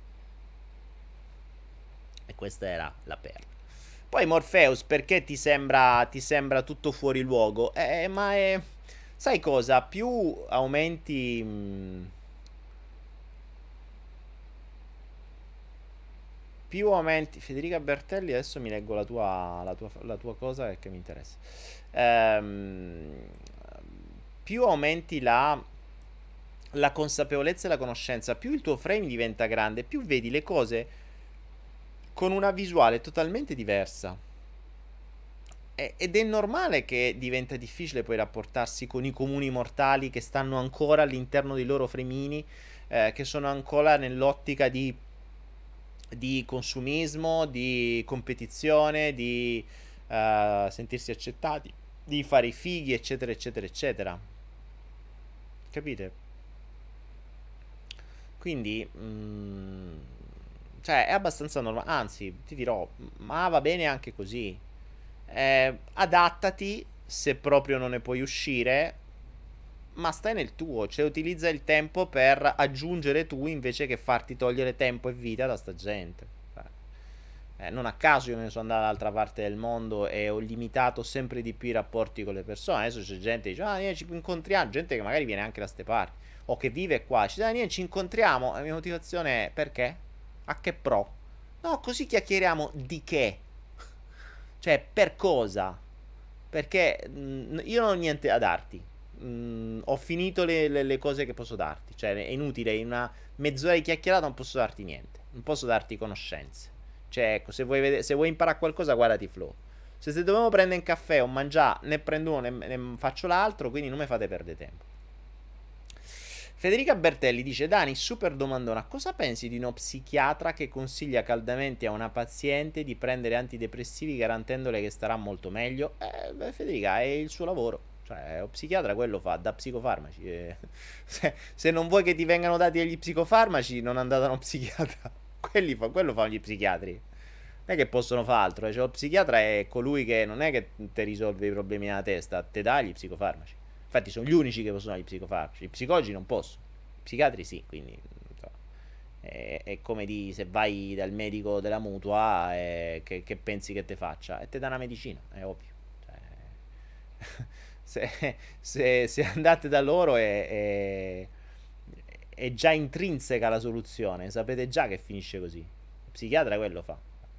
E questa era la perla. Poi Morpheus, perché ti sembra tutto fuori luogo? Ma è... Sai cosa? Più aumenti... più aumenti... Federica Bertelli, adesso mi leggo la tua cosa che mi interessa. Ehm, più aumenti la consapevolezza e la conoscenza, più il tuo frame diventa grande, più vedi le cose con una visuale totalmente diversa. Ed è normale che diventa difficile poi rapportarsi con i comuni mortali che stanno ancora all'interno dei loro fremini, che sono ancora nell'ottica di consumismo, di competizione, di sentirsi accettati, di fare i fighi, eccetera, eccetera, eccetera. Capite? Quindi, cioè, è abbastanza normale. Anzi, ti dirò, ma va bene anche così. Adattati se proprio non ne puoi uscire, ma stai nel tuo, cioè utilizza il tempo per aggiungere tu invece che farti togliere tempo e vita da sta gente. Non a caso io me ne sono andato dall'altra parte del mondo e ho limitato sempre di più i rapporti con le persone. Adesso c'è gente che dice, ah, ci incontriamo, gente che magari viene anche da ste parti, o che vive qua, ci dice, ci incontriamo, la mia motivazione è perché? A che pro? No, così chiacchieriamo di che? Cioè, per cosa? Perché io non ho niente da darti. Ho finito le cose che posso darti. Cioè, è inutile. In una mezz'ora di chiacchierata non posso darti niente. Non posso darti conoscenze. Cioè, ecco, se vuoi imparare qualcosa, guardati Flow. Se dobbiamo prendere un caffè o mangiare, ne prendo uno, ne faccio l'altro. Quindi non mi fate perdere tempo. Federica Bertelli dice: Dani, super domandona, cosa pensi di uno psichiatra che consiglia caldamente a una paziente di prendere antidepressivi garantendole che starà molto meglio? Beh, Federica, è il suo lavoro. Cioè, lo psichiatra quello fa, da psicofarmaci. Se non vuoi che ti vengano dati degli psicofarmaci, non andate da uno psichiatra. Quello fanno gli psichiatri. Non è che possono fare altro. Cioè, lo psichiatra è colui che non è che ti risolve i problemi nella testa, te dà gli psicofarmaci. Infatti sono gli unici che possono dare gli psicofarmaci. I psicologi non possono. I psichiatri sì, quindi è come di se vai dal medico della mutua che pensi che te faccia e te dà una medicina, è ovvio. Cioè, se andate da loro è già intrinseca la soluzione, sapete già che finisce così. Il psichiatra quello fa.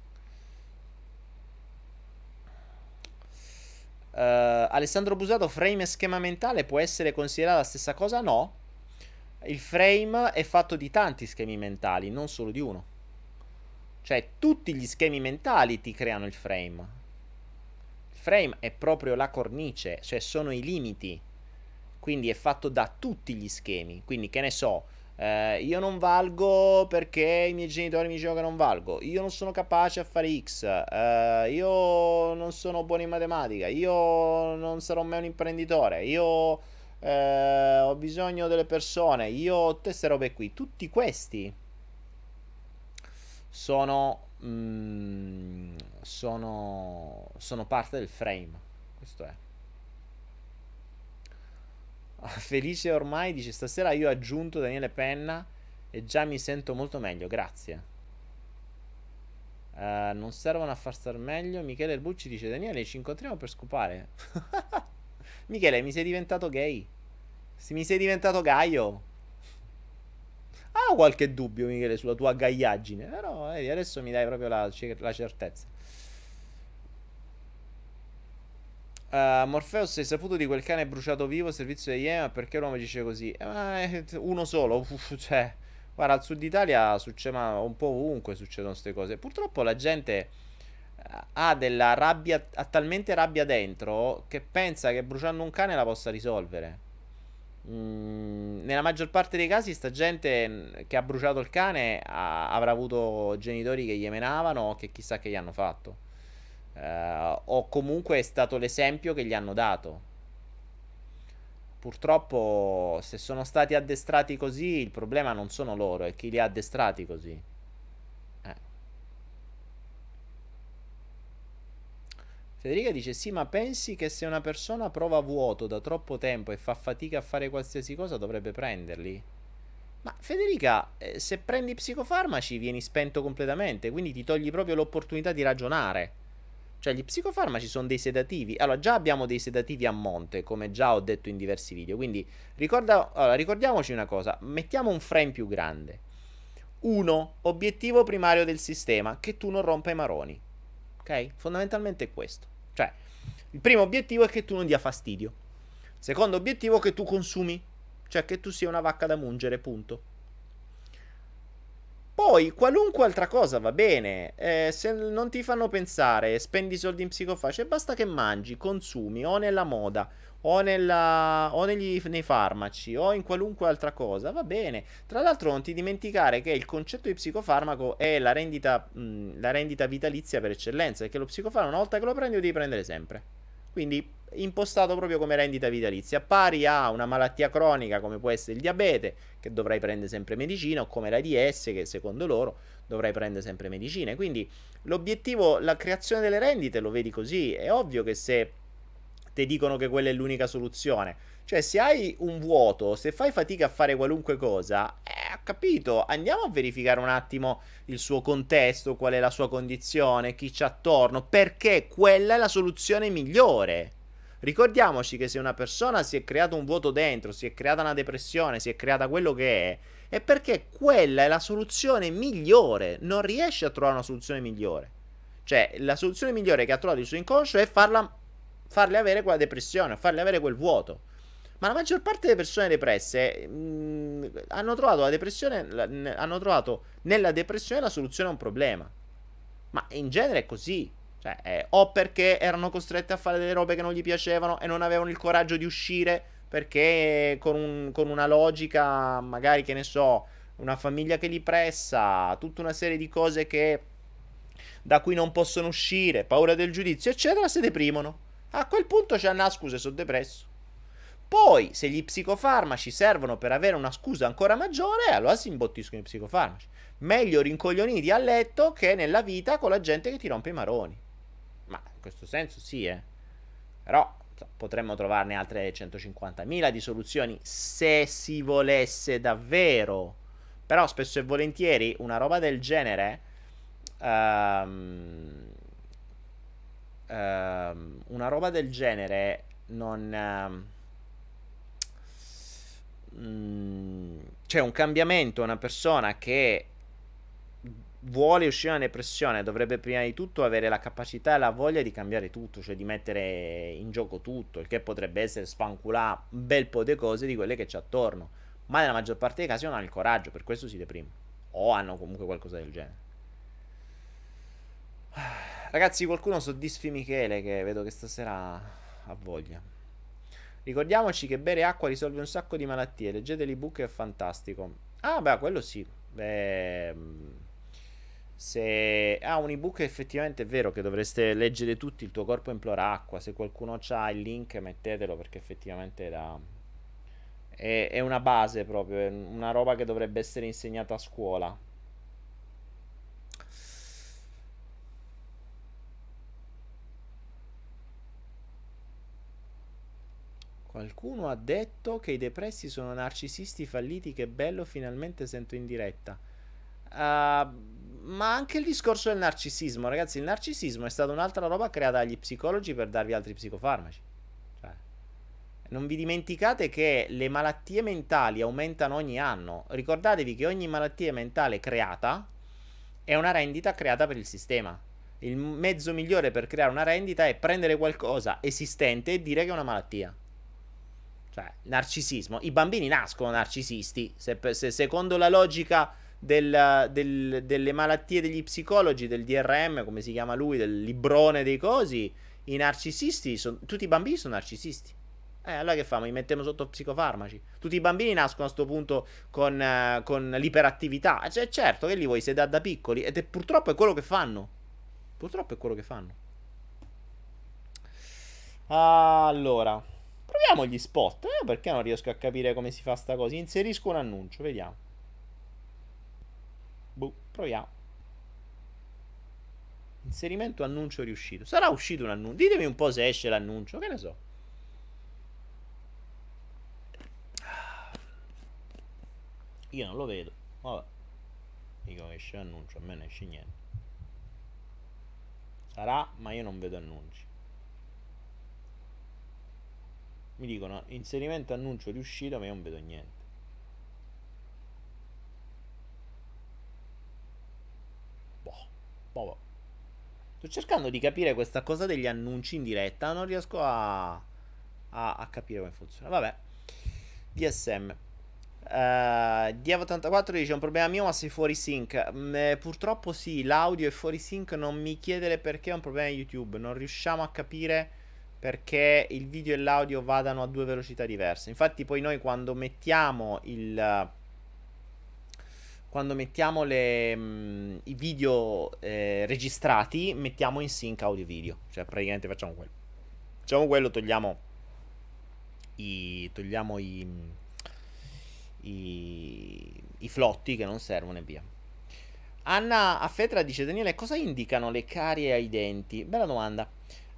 Alessandro Busato, frame e schema mentale può essere considerata la stessa cosa? No. Il frame è fatto di tanti schemi mentali, non solo di uno. Cioè, tutti gli schemi mentali ti creano il frame. Il frame è proprio la cornice, cioè sono i limiti. Quindi è fatto da tutti gli schemi. Quindi, che ne so, io non valgo perché i miei genitori mi dicevano che non valgo. Io non sono capace a fare X. Io non sono buono in matematica. Io non sarò mai un imprenditore. Io ho bisogno delle persone. Io tutte queste robe qui. Tutti questi sono sono parte del frame. Questo è. Felice ormai dice stasera io ho aggiunto Daniele Penna e già mi sento molto meglio, grazie. Non servono a far star meglio. Michele Erbucci dice Daniele ci incontriamo per scopare. Michele mi sei diventato gay. Mi sei diventato gaio. Ho qualche dubbio Michele sulla tua gaiaggine. Però adesso mi dai proprio la certezza. Morpheus, hai saputo di quel cane bruciato vivo, servizio di Iena? Perché l'uomo dice così? Ma è uno solo, cioè, guarda, al sud Italia succede, ma un po' ovunque succedono queste cose. Purtroppo la gente ha della rabbia, ha talmente rabbia dentro che pensa che bruciando un cane la possa risolvere. Nella maggior parte dei casi, sta gente che ha bruciato il cane avrà avuto genitori che gli menavano o che chissà che gli hanno fatto. O comunque è stato l'esempio che gli hanno dato. Purtroppo, se sono stati addestrati così, il problema non sono loro, è chi li ha addestrati così. Eh. Federica dice: Sì, ma pensi che se una persona prova vuoto da troppo tempo e fa fatica a fare qualsiasi cosa, dovrebbe prenderli? Ma Federica, se prendi psicofarmaci vieni spento completamente, quindi ti togli proprio l'opportunità di ragionare. Cioè, gli psicofarmaci sono dei sedativi. Allora, già abbiamo dei sedativi a monte, come già ho detto in diversi video. Quindi, ricordiamoci una cosa: mettiamo un frame più grande. Uno, obiettivo primario del sistema: che tu non rompa i maroni. Ok? Fondamentalmente è questo. Cioè, il primo obiettivo è che tu non dia fastidio. Secondo obiettivo, che tu consumi. Cioè, che tu sia una vacca da mungere, punto. Poi qualunque altra cosa va bene, se non ti fanno pensare, spendi soldi in psicofarmaci, basta che mangi, consumi o nella moda o nei farmaci o in qualunque altra cosa, va bene. Tra l'altro non ti dimenticare che il concetto di psicofarmaco è la rendita vitalizia per eccellenza, perché lo psicofarmaco una volta che lo prendi lo devi prendere sempre. Quindi impostato proprio come rendita vitalizia, pari a una malattia cronica come può essere il diabete, che dovrai prendere sempre medicina, o come l'AIDS, che secondo loro dovrai prendere sempre medicine. Quindi l'obiettivo, la creazione delle rendite, lo vedi così. È ovvio che se ti dicono che quella è l'unica soluzione, cioè se hai un vuoto, se fai fatica a fare qualunque cosa, ho capito, andiamo a verificare un attimo il suo contesto, qual è la sua condizione, chi c'è attorno, perché quella è la soluzione migliore. Ricordiamoci che se una persona si è creato un vuoto dentro, si è creata una depressione, si è creata quello che è perché quella è la soluzione migliore. Non riesce a trovare una soluzione migliore. Cioè, la soluzione migliore che ha trovato il suo inconscio è farle avere quella depressione, farle avere quel vuoto. Ma la maggior parte delle persone depresse hanno trovato la depressione, hanno trovato nella depressione la soluzione a un problema. Ma in genere è così. Cioè, o perché erano costrette a fare delle robe che non gli piacevano e non avevano il coraggio di uscire perché con una logica, magari che ne so, una famiglia che li pressa, tutta una serie di cose da cui non possono uscire, paura del giudizio, eccetera, si deprimono. A quel punto c'è una scusa, sono depresso. Poi, se gli psicofarmaci servono per avere una scusa ancora maggiore, allora si imbottiscono i psicofarmaci. Meglio rincoglioniti a letto che nella vita con la gente che ti rompe i maroni. Ma in questo senso sì, eh. Però potremmo trovarne altre 150.000 di soluzioni se si volesse davvero. Però spesso e volentieri una roba del genere una roba del genere non c'è un cambiamento, una persona che vuole uscire da una depressione dovrebbe prima di tutto avere la capacità e la voglia di cambiare tutto, cioè di mettere in gioco tutto, il che potrebbe essere spanculare un bel po' di cose di quelle che c'è attorno, ma nella maggior parte dei casi non hanno il coraggio, per questo si deprimono o hanno comunque qualcosa del genere. Ragazzi, qualcuno soddisfi Michele che vedo che stasera ha voglia. Ricordiamoci che bere acqua risolve un sacco di malattie. Leggete l'ebook, è fantastico. Ah, beh, quello sì. Beh, se ha un ebook effettivamente è vero che dovreste leggere tutti. Il tuo corpo implora acqua. Se qualcuno ha il link, mettetelo perché effettivamente è una base proprio. È una roba che dovrebbe essere insegnata a scuola. Qualcuno ha detto che i depressi sono narcisisti falliti, che bello, finalmente sento in diretta. Ma anche il discorso del narcisismo, ragazzi, il narcisismo è stata un'altra roba creata dagli psicologi per darvi altri psicofarmaci. Cioè, non vi dimenticate che le malattie mentali aumentano ogni anno. Ricordatevi che ogni malattia mentale creata è una rendita creata per il sistema. Il mezzo migliore per creare una rendita è prendere qualcosa esistente e dire che è una malattia. Cioè, narcisismo. I bambini nascono narcisisti. Se secondo la logica delle malattie degli psicologi, del DRM, come si chiama lui, del librone dei cosi, i narcisisti, tutti i bambini sono narcisisti. Allora che famo? Li mettiamo sotto psicofarmaci. Tutti i bambini nascono a questo punto con l'iperattività. Cioè, certo che li vuoi sedare da piccoli. Ed è purtroppo è quello che fanno. Purtroppo è quello che fanno. Allora, proviamo gli spot. Perché non riesco a capire come si fa sta cosa? Inserisco un annuncio, vediamo. Boh, proviamo. Inserimento annuncio riuscito. Sarà uscito un annuncio. Ditemi un po' se esce l'annuncio, che ne so. Io non lo vedo. Vabbè. Dico che esce l'annuncio, a me non esce niente. Sarà, ma io non vedo annunci. Mi dicono inserimento annuncio riuscito, ma io non vedo niente. Boh, boh. Sto cercando di capire questa cosa degli annunci in diretta, non riesco a capire come funziona. Vabbè. DSM. Dievo84 dice: un problema mio, ma sei fuori sync. Purtroppo sì, l'audio è fuori sync. Non mi chiedere perché, è un problema di YouTube. Non riusciamo a capire perché il video e l'audio vadano a due velocità diverse. Infatti, poi noi quando mettiamo i video registrati, mettiamo in sync audio-video. Cioè, praticamente facciamo quello. Facciamo quello, togliamo i flotti che non servono e via. Anna Affetra dice: Daniele, cosa indicano le carie ai denti? Bella domanda.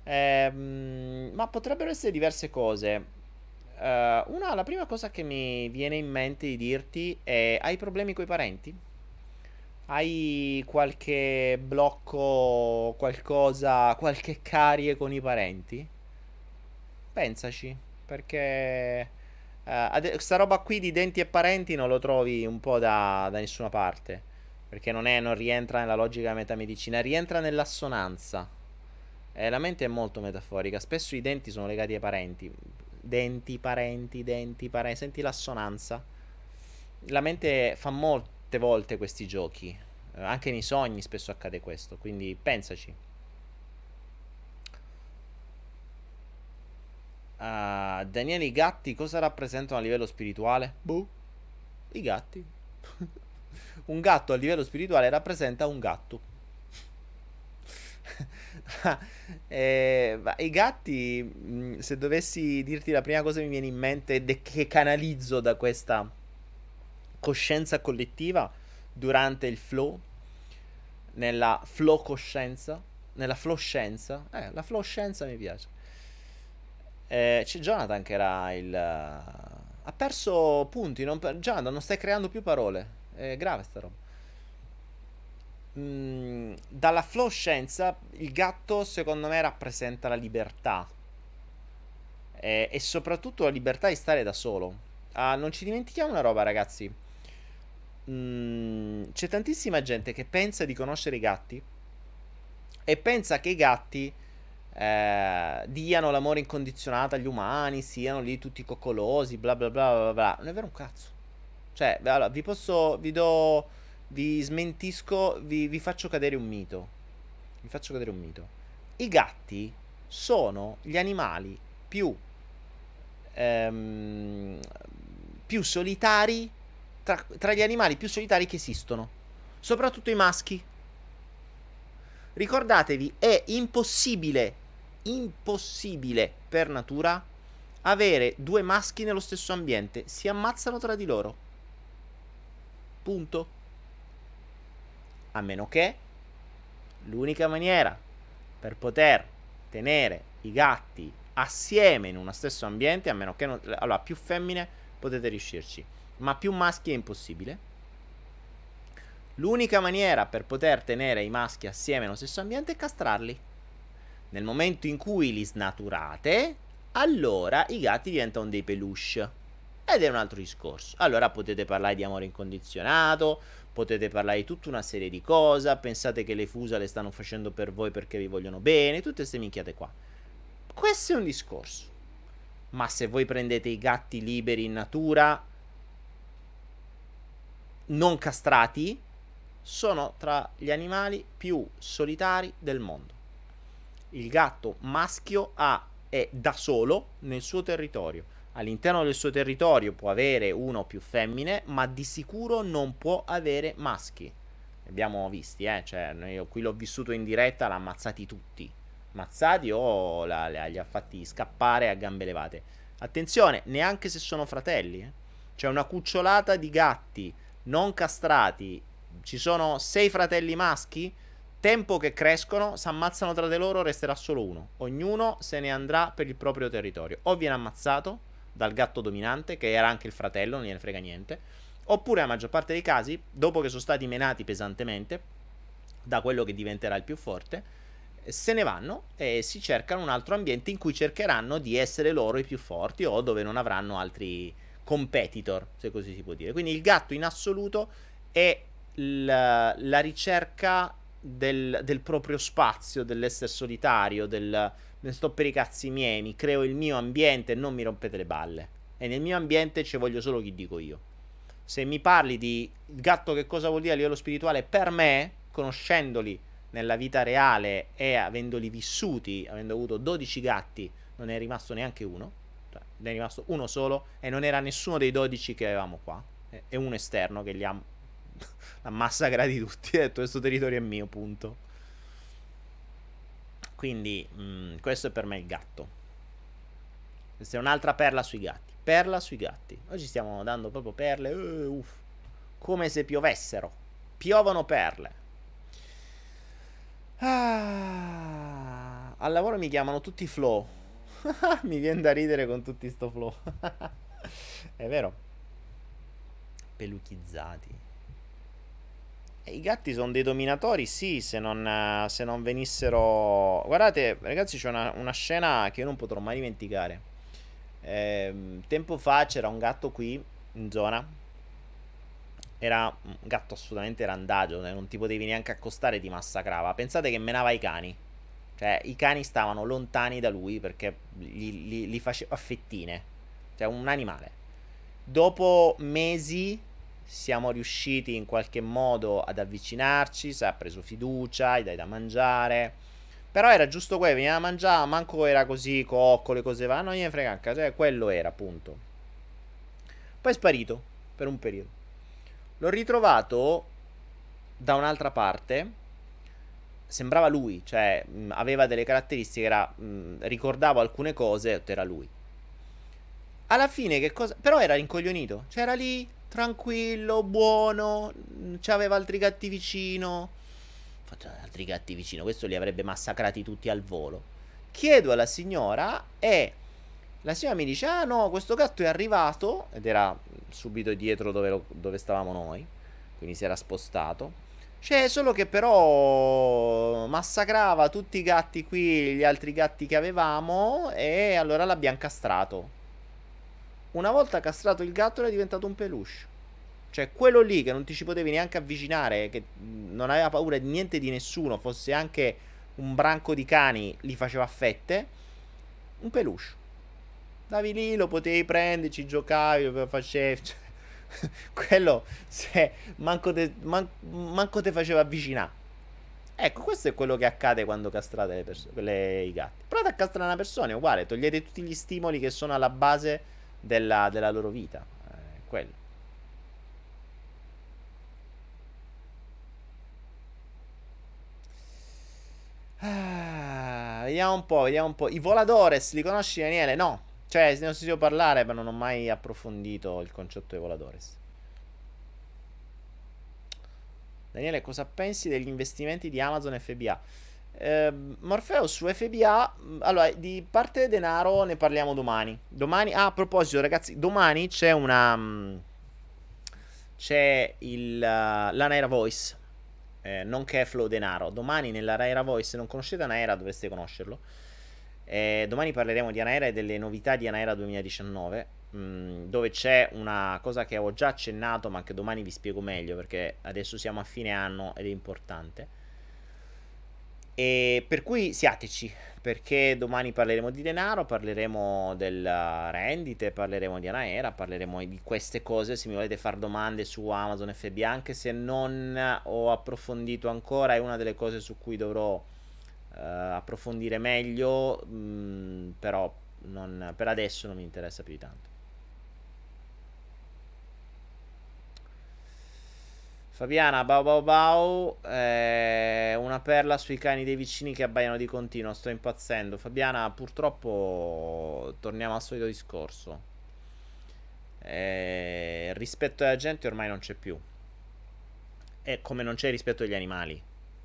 Ma potrebbero essere diverse cose. La prima cosa che mi viene in mente di dirti è: hai problemi coi parenti? Hai qualche blocco, qualcosa, qualche carie con i parenti? Pensaci, perché sta roba qui di denti e parenti non lo trovi un po' da nessuna parte. Perché non rientra nella logica della metamedicina, rientra nell'assonanza. La mente è molto metaforica. Spesso i denti sono legati ai parenti. Denti, parenti, denti, parenti. Senti l'assonanza. La mente fa molte volte questi giochi. Anche nei sogni spesso accade questo. Quindi pensaci. Daniele, i gatti cosa rappresentano a livello spirituale? Boh. I gatti. Un gatto a livello spirituale rappresenta un gatto. I gatti, se dovessi dirti la prima cosa che mi viene in mente che canalizzo da questa coscienza collettiva durante il flow, nella flow coscienza, nella flow scienza, la flow scienza mi piace. C'è Jonathan che era il... ha perso punti, Jonathan non stai creando più parole, è grave sta roba. Dalla flow scienza il gatto secondo me rappresenta la libertà e soprattutto la libertà di stare da solo. Non ci dimentichiamo una roba, ragazzi. C'è tantissima gente che pensa di conoscere i gatti e pensa che i gatti diano l'amore incondizionato agli umani, siano lì tutti coccolosi, bla bla bla bla bla. Non è vero un cazzo. Cioè, allora, vi smentisco, vi faccio cadere un mito. Vi faccio cadere un mito. I gatti sono gli animali più ehm, più solitari tra gli animali più solitari che esistono. Soprattutto i maschi. Ricordatevi, è impossibile per natura avere due maschi nello stesso ambiente. Si ammazzano tra di loro. Punto. A meno che l'unica maniera per poter tenere i gatti assieme in uno stesso ambiente, a meno che non... Allora, più femmine potete riuscirci, ma più maschi è impossibile. L'unica maniera per poter tenere i maschi assieme nello stesso ambiente è castrarli. Nel momento in cui li snaturate, allora i gatti diventano dei peluche. Ed è un altro discorso. Allora potete parlare di amore incondizionato, potete parlare di tutta una serie di cose, pensate che le fusa le stanno facendo per voi perché vi vogliono bene, tutte queste minchiate qua. Questo è un discorso. Ma se voi prendete i gatti liberi in natura, non castrati, sono tra gli animali più solitari del mondo. Il gatto maschio è da solo nel suo territorio. All'interno del suo territorio può avere uno o più femmine, ma di sicuro non può avere maschi. Li abbiamo visti, cioè, io qui l'ho vissuto in diretta, l'ha ammazzati tutti. Ammazzati o li ha fatti scappare a gambe levate. Attenzione, neanche se sono fratelli. C'è una cucciolata di gatti non castrati. Ci sono 6 fratelli maschi. Tempo che crescono, si ammazzano tra di loro, resterà solo uno. Ognuno se ne andrà per il proprio territorio. O viene ammazzato dal gatto dominante, che era anche il fratello, non gliene frega niente. Oppure, nella maggior parte dei casi, dopo che sono stati menati pesantemente da quello che diventerà il più forte, se ne vanno e si cercano un altro ambiente in cui cercheranno di essere loro i più forti o dove non avranno altri competitor, se così si può dire. Quindi il gatto in assoluto è la ricerca del proprio spazio, dell'essere solitario, ne sto per i cazzi miei, mi creo il mio ambiente e non mi rompete le balle. E nel mio ambiente ci voglio solo chi dico io. Se mi parli di gatto, che cosa vuol dire a livello spirituale, per me, conoscendoli nella vita reale e avendoli vissuti, avendo avuto 12 gatti, non è rimasto neanche uno, cioè, ne è rimasto uno solo e non era nessuno dei 12 che avevamo qua. È un esterno che li ha massacrati tutti e ha detto questo territorio è mio, punto. Quindi questo è per me il gatto. Questa è un'altra perla sui gatti. Perla sui gatti. Oggi stiamo dando proprio perle. Come se piovessero. Piovono perle. Al lavoro mi chiamano tutti Flow. Mi viene da ridere con tutti sto Flow. È vero. Peluchizzati. I gatti sono dei dominatori, sì, se non venissero... Guardate, ragazzi, c'è una scena che io non potrò mai dimenticare. Tempo fa c'era un gatto qui, in zona. Era un gatto assolutamente randagio, non ti potevi neanche accostare, ti massacrava. Pensate che menava i cani. Cioè, i cani stavano lontani da lui perché li faceva fettine. Cioè, un animale. Dopo mesi siamo riusciti in qualche modo ad avvicinarci, ha preso fiducia, gli dai da mangiare. Però era giusto quello, veniva a mangiare, manco era così coccole, cose va, non gliene frega anche, cioè quello era, appunto. Poi è sparito per un periodo. L'ho ritrovato da un'altra parte. Sembrava lui, cioè aveva delle caratteristiche, ricordavo alcune cose, era lui. Alla fine che cosa... Però era rincoglionito, cioè era lì tranquillo, buono, c'aveva altri gatti vicino. Altri gatti vicino, questo li avrebbe massacrati tutti al volo. Chiedo alla signora e la signora mi dice: ah no, questo gatto è arrivato, ed era subito dietro dove stavamo noi, quindi si era spostato. C'è solo che però massacrava tutti i gatti qui, gli altri gatti che avevamo, e allora l'abbiamo castrato. Una volta castrato il gatto era diventato un peluche. Cioè quello lì che non ti ci potevi neanche avvicinare, che non aveva paura di niente di nessuno, fosse anche un branco di cani, li faceva a fette. Un peluche. Davi lì, lo potevi prendere, ci giocavi, lo facevi. Cioè, quello se manco te faceva avvicinare. Ecco, questo è quello che accade quando castrate le persone, i gatti. Provate a castrare una persona, è uguale, togliete tutti gli stimoli che sono alla base della loro vita. Quello. Vediamo un po', vediamo un po'. I Voladores, li conosci, Daniele? No. Cioè, ne ho sentito parlare, ma non ho mai approfondito il concetto dei Voladores. Daniele, cosa pensi degli investimenti di Amazon FBA? Morpheus su FBA. Allora, di parte denaro ne parliamo domani. Domani, a proposito, ragazzi, domani c'è una. C'è l'Anaera Voice. Nonché Flow Denaro. Domani nella Naira Voice, se non conoscete Anaera, dovreste conoscerlo. Domani parleremo di Anaera e delle novità di Anaera 2019. Dove c'è una cosa che avevo già accennato, ma che domani vi spiego meglio perché adesso siamo a fine anno ed è importante. E per cui siateci, perché domani parleremo di denaro, parleremo della rendite, parleremo di Anaera, parleremo di queste cose. Se mi volete fare domande su Amazon FBA, anche se non ho approfondito ancora, è una delle cose su cui dovrò approfondire meglio, però per adesso non mi interessa più di tanto. Fabiana, bau bau bau, una perla sui cani dei vicini che abbaiano di continuo, sto impazzendo. Fabiana, purtroppo torniamo al solito discorso. Il rispetto della gente ormai non c'è più. E come non c'è il rispetto degli animali.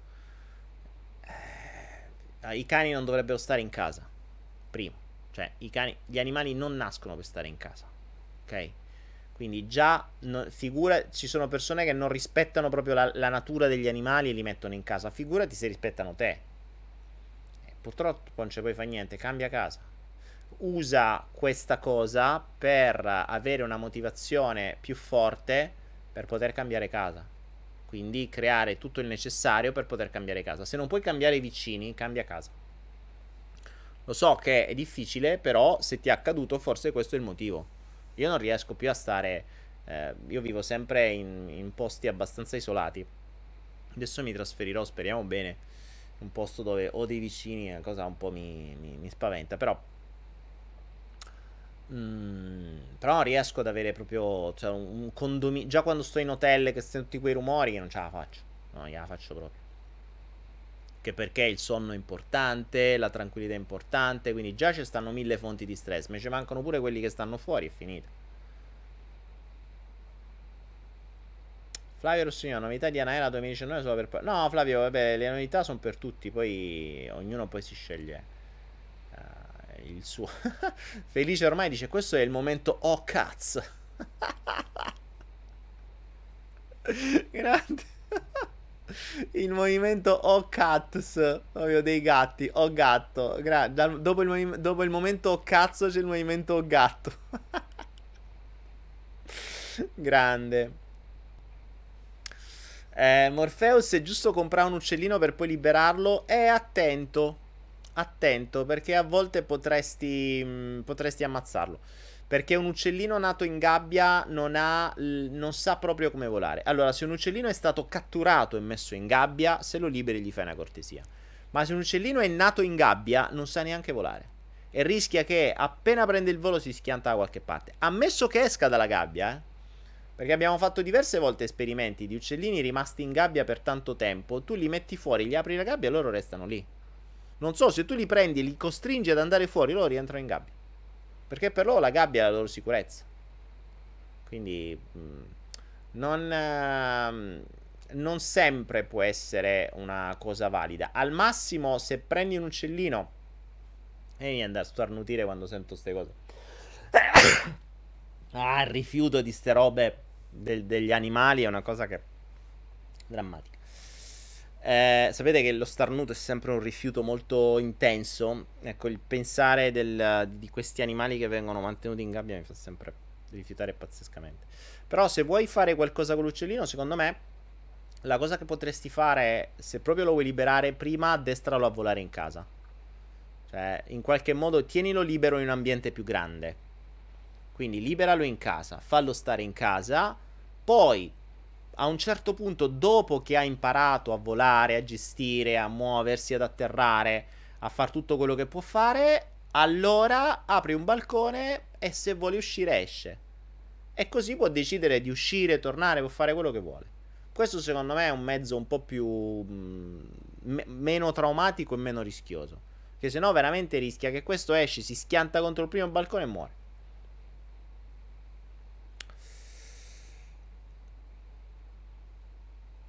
I cani non dovrebbero stare in casa. Primo. Cioè, gli animali non nascono per stare in casa. Ok? Quindi già figura, ci sono persone che non rispettano proprio la natura degli animali e li mettono in casa. Figurati se rispettano te. Purtroppo non ci puoi fare niente, cambia casa. Usa questa cosa per avere una motivazione più forte per poter cambiare casa. Quindi creare tutto il necessario per poter cambiare casa. Se non puoi cambiare i vicini, cambia casa. Lo so che è difficile, però se ti è accaduto forse questo è il motivo. Io non riesco più a stare. Io vivo sempre in posti abbastanza isolati. Adesso mi trasferirò, speriamo bene, in un posto dove ho dei vicini, è una cosa un po' mi spaventa. Però non riesco ad avere proprio, cioè, un condominio. Già quando sto in hotel che sento tutti quei rumori, non ce la faccio. No, gliela faccio proprio. Che perché il sonno è importante, la tranquillità è importante, quindi già ci stanno mille fonti di stress, ma ci mancano pure quelli che stanno fuori, è finita. Flavio Rossignano, novità di Anaera 2019 solo per. No, Flavio, vabbè, le novità sono per tutti, poi ognuno poi si sceglie il suo. Felice ormai dice, questo è il momento oh cazzo. Grande. Il movimento oh cats, proprio dei gatti, oh gatto. Dopo il momento oh cazzo c'è il movimento oh gatto. Grande. Morpheus è giusto comprare un uccellino per poi liberarlo? Attento. Attento, perché a volte potresti ammazzarlo. Perché un uccellino nato in gabbia non sa proprio come volare. Allora, se un uccellino è stato catturato e messo in gabbia, se lo liberi gli fai una cortesia. Ma se un uccellino è nato in gabbia, non sa neanche volare. E rischia che appena prende il volo si schianta da qualche parte. Ammesso che esca dalla gabbia, eh. Perché abbiamo fatto diverse volte esperimenti di uccellini rimasti in gabbia per tanto tempo. Tu li metti fuori, gli apri la gabbia e loro restano lì. Non so, se tu li prendi e li costringi ad andare fuori, loro rientrano in gabbia. Perché per loro la gabbia è la loro sicurezza. Quindi non sempre può essere una cosa valida. Al massimo, se prendi un uccellino. E mi andare a starnutire quando sento queste cose. Il rifiuto di ste robe degli animali è una cosa che. Drammatica. Sapete che lo starnuto è sempre un rifiuto molto intenso. Ecco, il pensare di questi animali che vengono mantenuti in gabbia mi fa sempre rifiutare pazzescamente. Però se vuoi fare qualcosa con l'uccellino, secondo me, la cosa che potresti fare, se proprio lo vuoi liberare, prima addestralo a volare in casa. Cioè, in qualche modo, tienilo libero in un ambiente più grande. Quindi liberalo in casa, fallo stare in casa, poi a un certo punto, dopo che ha imparato a volare, a gestire, a muoversi, ad atterrare, a fare tutto quello che può fare, allora apri un balcone e se vuole uscire esce. E così può decidere di uscire, tornare, può fare quello che vuole. Questo secondo me è un mezzo un po' più meno traumatico e meno rischioso. Che se no veramente rischia che questo esce, si schianta contro il primo balcone e muore.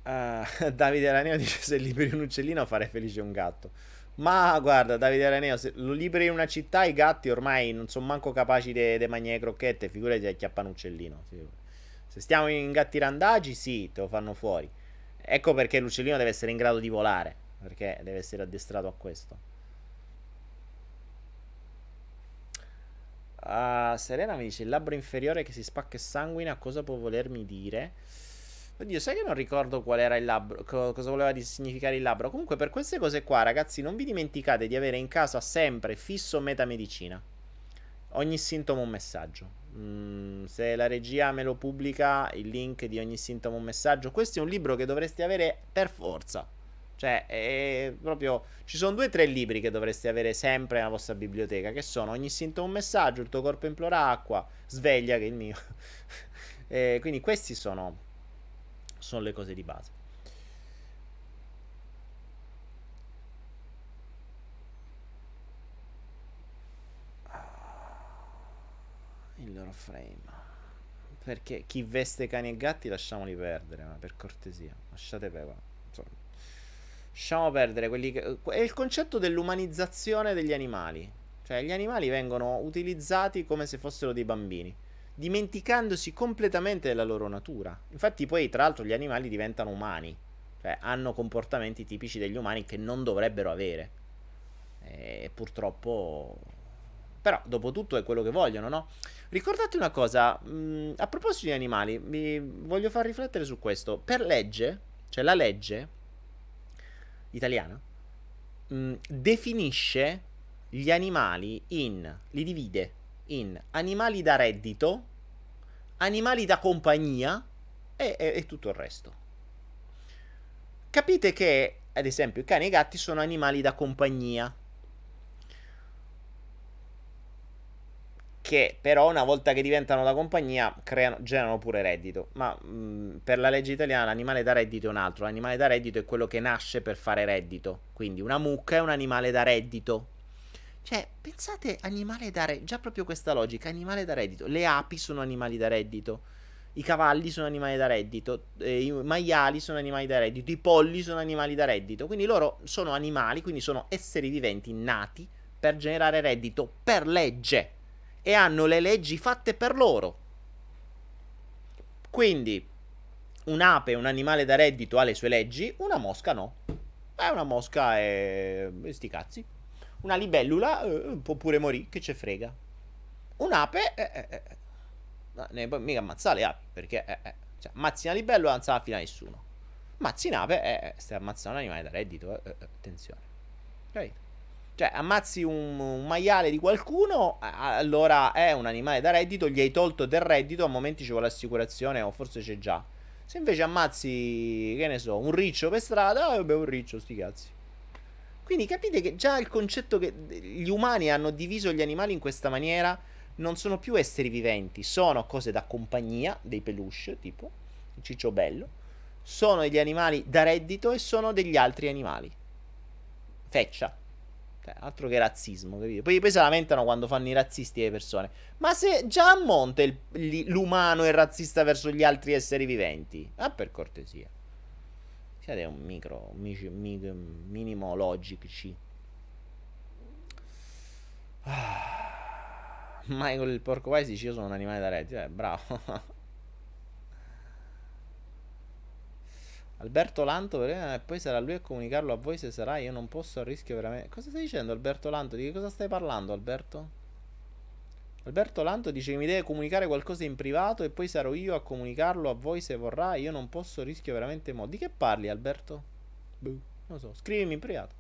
Davide Araneo dice se liberi un uccellino fare felice un gatto. Ma guarda, Davide Araneo, se lo liberi in una città, i gatti ormai non sono manco capaci di mangiare crocchette, figurati se acchiappano un uccellino. Se stiamo in gatti randagi, sì, te lo fanno fuori. Ecco perché l'uccellino deve essere in grado di volare, perché deve essere addestrato a questo. Serena mi dice il labbro inferiore che si spacca e sanguina, cosa può volermi dire? Oddio, sai che non ricordo qual era il labbro, cosa voleva significare il labbro. Comunque per queste cose qua, ragazzi, non vi dimenticate di avere in casa sempre fisso metamedicina. Ogni sintomo un messaggio. Se la regia me lo pubblica, il link di ogni sintomo un messaggio. Questo è un libro che dovreste avere per forza. Cioè, è proprio. Ci sono 2 o 3 libri che dovreste avere sempre nella vostra biblioteca. Che sono Ogni sintomo un messaggio, Il tuo corpo implora acqua, Sveglia, che è il mio. Quindi questi sono le cose di base. Il loro frame. Perché chi veste cani e gatti lasciamoli perdere, ma per cortesia. Lasciate perdere. Insomma, lasciamo perdere quelli che. È il concetto dell'umanizzazione degli animali. Cioè, gli animali vengono utilizzati come se fossero dei bambini, dimenticandosi completamente della loro natura. Infatti, poi, tra l'altro, gli animali diventano umani. Cioè, hanno comportamenti tipici degli umani che non dovrebbero avere. E purtroppo. Però, dopo tutto, è quello che vogliono, no? Ricordate una cosa, a proposito di animali, mi voglio far riflettere su questo. Per legge, cioè la legge italiana, definisce gli animali li divide in animali da reddito, animali da compagnia e tutto il resto. Capite che, ad esempio, i cani e i gatti sono animali da compagnia, che però una volta che diventano da compagnia generano pure reddito. Ma per la legge italiana l'animale da reddito è un altro. L'animale da reddito è quello che nasce per fare reddito. Quindi una mucca è un animale da reddito. Cioè, pensate, animale da reddito. Già proprio questa logica, animale da reddito. Le api sono animali da reddito. I cavalli sono animali da reddito. I maiali sono animali da reddito. I polli sono animali da reddito. Quindi loro sono animali, quindi sono esseri viventi nati per generare reddito per legge. E hanno le leggi fatte per loro. Quindi un'ape è un animale da reddito, ha le sue leggi, una mosca no. Una mosca è. Sti cazzi. Una libellula può pure morire, che ce frega. Un'ape. Mica ammazzare le api, perché. Cioè, ammazzi una libellula, non sa fino a nessuno. Ammazzi un'ape, stai ammazzando un animale da reddito. Attenzione. Capito? Cioè, ammazzi un maiale di qualcuno, allora è un animale da reddito, gli hai tolto del reddito, a momenti ci vuole l'assicurazione o forse c'è già. Se invece ammazzi, che ne so, un riccio per strada, vabbè, un riccio, sti cazzi. Quindi capite che già il concetto che gli umani hanno diviso gli animali in questa maniera non sono più esseri viventi, sono cose da compagnia, dei peluche, tipo, il ciccio bello, sono degli animali da reddito e sono degli altri animali. Feccia. Altro che razzismo, capito? Poi si lamentano quando fanno i razzisti le persone. Ma se già a monte l'umano è razzista verso gli altri esseri viventi, per cortesia. Siate un minimo logici. Michael il porco pie dice io sono un animale da reddito. Bravo. Alberto Lanto, e poi sarà lui a comunicarlo a voi se sarà, io non posso, a rischio veramente. Cosa stai dicendo Alberto Lanto? Di che cosa stai parlando Alberto? Alberto Lanto dice che mi deve comunicare qualcosa in privato e poi sarò io a comunicarlo a voi se vorrà, io non posso, rischio veramente Di che parli Alberto? Non lo so, scrivimi in privato.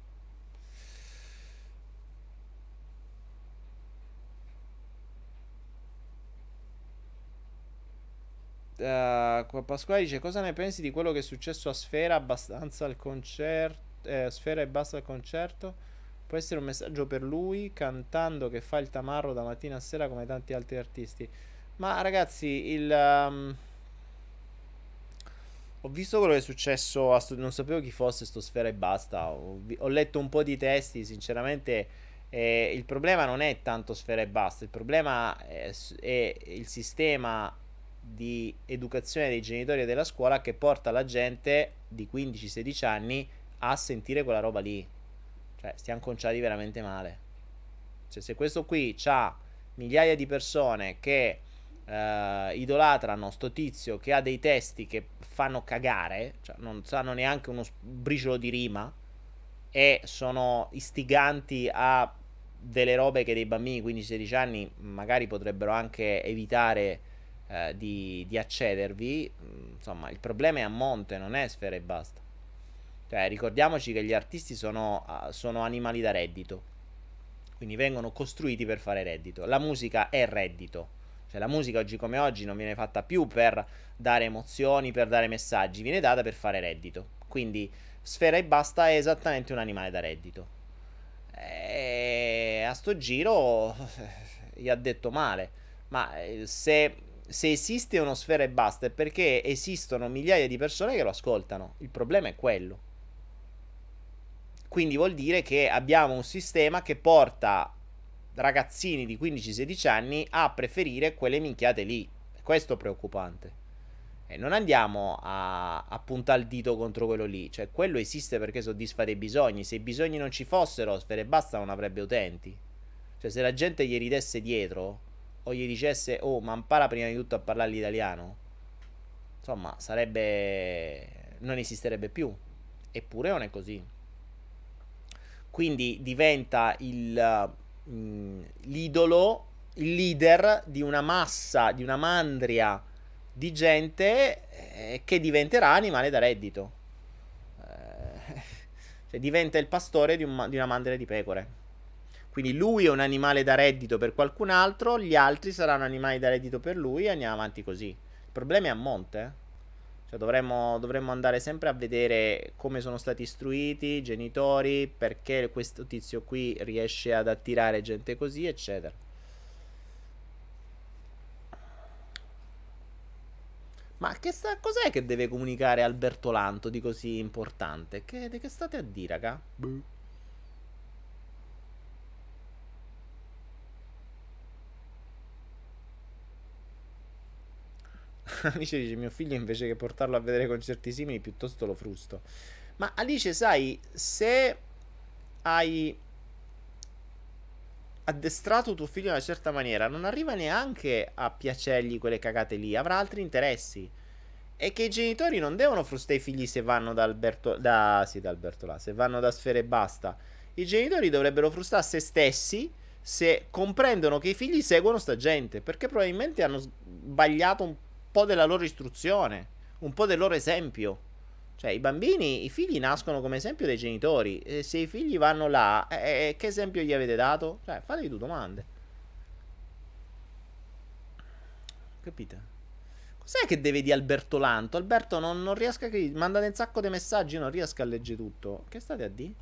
Pasquale dice cosa ne pensi di quello che è successo a Sfera abbastanza al concerto, Sfera e basta al concerto, può essere un messaggio per lui cantando che fa il tamarro da mattina a sera come tanti altri artisti. Ma ragazzi, ho visto quello che è successo non sapevo chi fosse sto Sfera e basta, ho letto un po' di testi, sinceramente il problema non è tanto Sfera e basta, il problema è il sistema di educazione dei genitori e della scuola che porta la gente di 15-16 anni a sentire quella roba lì. Cioè, stiamo conciati veramente male. Cioè, se questo qui ha migliaia di persone che idolatrano sto tizio che ha dei testi che fanno cagare, cioè non sanno neanche uno briciolo di rima e sono istiganti a delle robe che dei bambini di 15-16 anni magari potrebbero anche evitare di accedervi. Insomma, il problema è a monte, non è Sfera e basta. Cioè, ricordiamoci che gli artisti sono animali da reddito, quindi vengono costruiti per fare reddito. La musica è reddito. Cioè, la musica oggi come oggi non viene fatta più per dare emozioni, per dare messaggi, viene data per fare reddito. Quindi Sfera e basta è esattamente un animale da reddito. E a sto giro gli ha detto male. Ma se esiste uno Sfera e basta è perché esistono migliaia di persone che lo ascoltano. Il problema è quello. Quindi vuol dire che abbiamo un sistema che porta ragazzini di 15-16 anni a preferire quelle minchiate lì. Questo è preoccupante. E non andiamo a puntare il dito contro quello lì. Cioè, quello esiste perché soddisfa dei bisogni. Se i bisogni non ci fossero, Sfera e basta non avrebbe utenti. Cioè, se la gente gli ridesse dietro o gli dicesse, oh, ma impara prima di tutto a parlare l'italiano, insomma, sarebbe... non esisterebbe più. Eppure non è così. Quindi diventa l'idolo, il leader di una massa, di una mandria di gente che diventerà animale da reddito. Cioè diventa il pastore di una mandria di pecore. Quindi lui è un animale da reddito per qualcun altro, gli altri saranno animali da reddito per lui e andiamo avanti così. Il problema è a monte, Cioè dovremmo andare sempre a vedere come sono stati istruiti i genitori, perché questo tizio qui riesce ad attirare gente così, eccetera. Ma cos'è che deve comunicare Alberto Lanto di così importante? Che state a dire, raga? Boh. Alice dice: Mio figlio invece che portarlo a vedere concerti simili, piuttosto lo frusto. Ma Alice, sai, se hai addestrato tuo figlio in una certa maniera, non arriva neanche a piacergli quelle cagate lì, avrà altri interessi. E che i genitori non devono frustare i figli se vanno da Alberto. Sì, da Alberto là. Se vanno da Sfera e basta. I genitori dovrebbero frustare se stessi se comprendono che i figli seguono sta gente. Perché probabilmente hanno sbagliato un po' della loro istruzione, un po' del loro esempio. Cioè, i bambini, i figli nascono come esempio dei genitori. E se i figli vanno là, che esempio gli avete dato? Cioè, fatevi tu domande. Capite? Cos'è che deve di Alberto Lanto? Alberto non riesco a capire. Mandate un sacco di messaggi, io non riesco a leggere tutto. Che state a dire?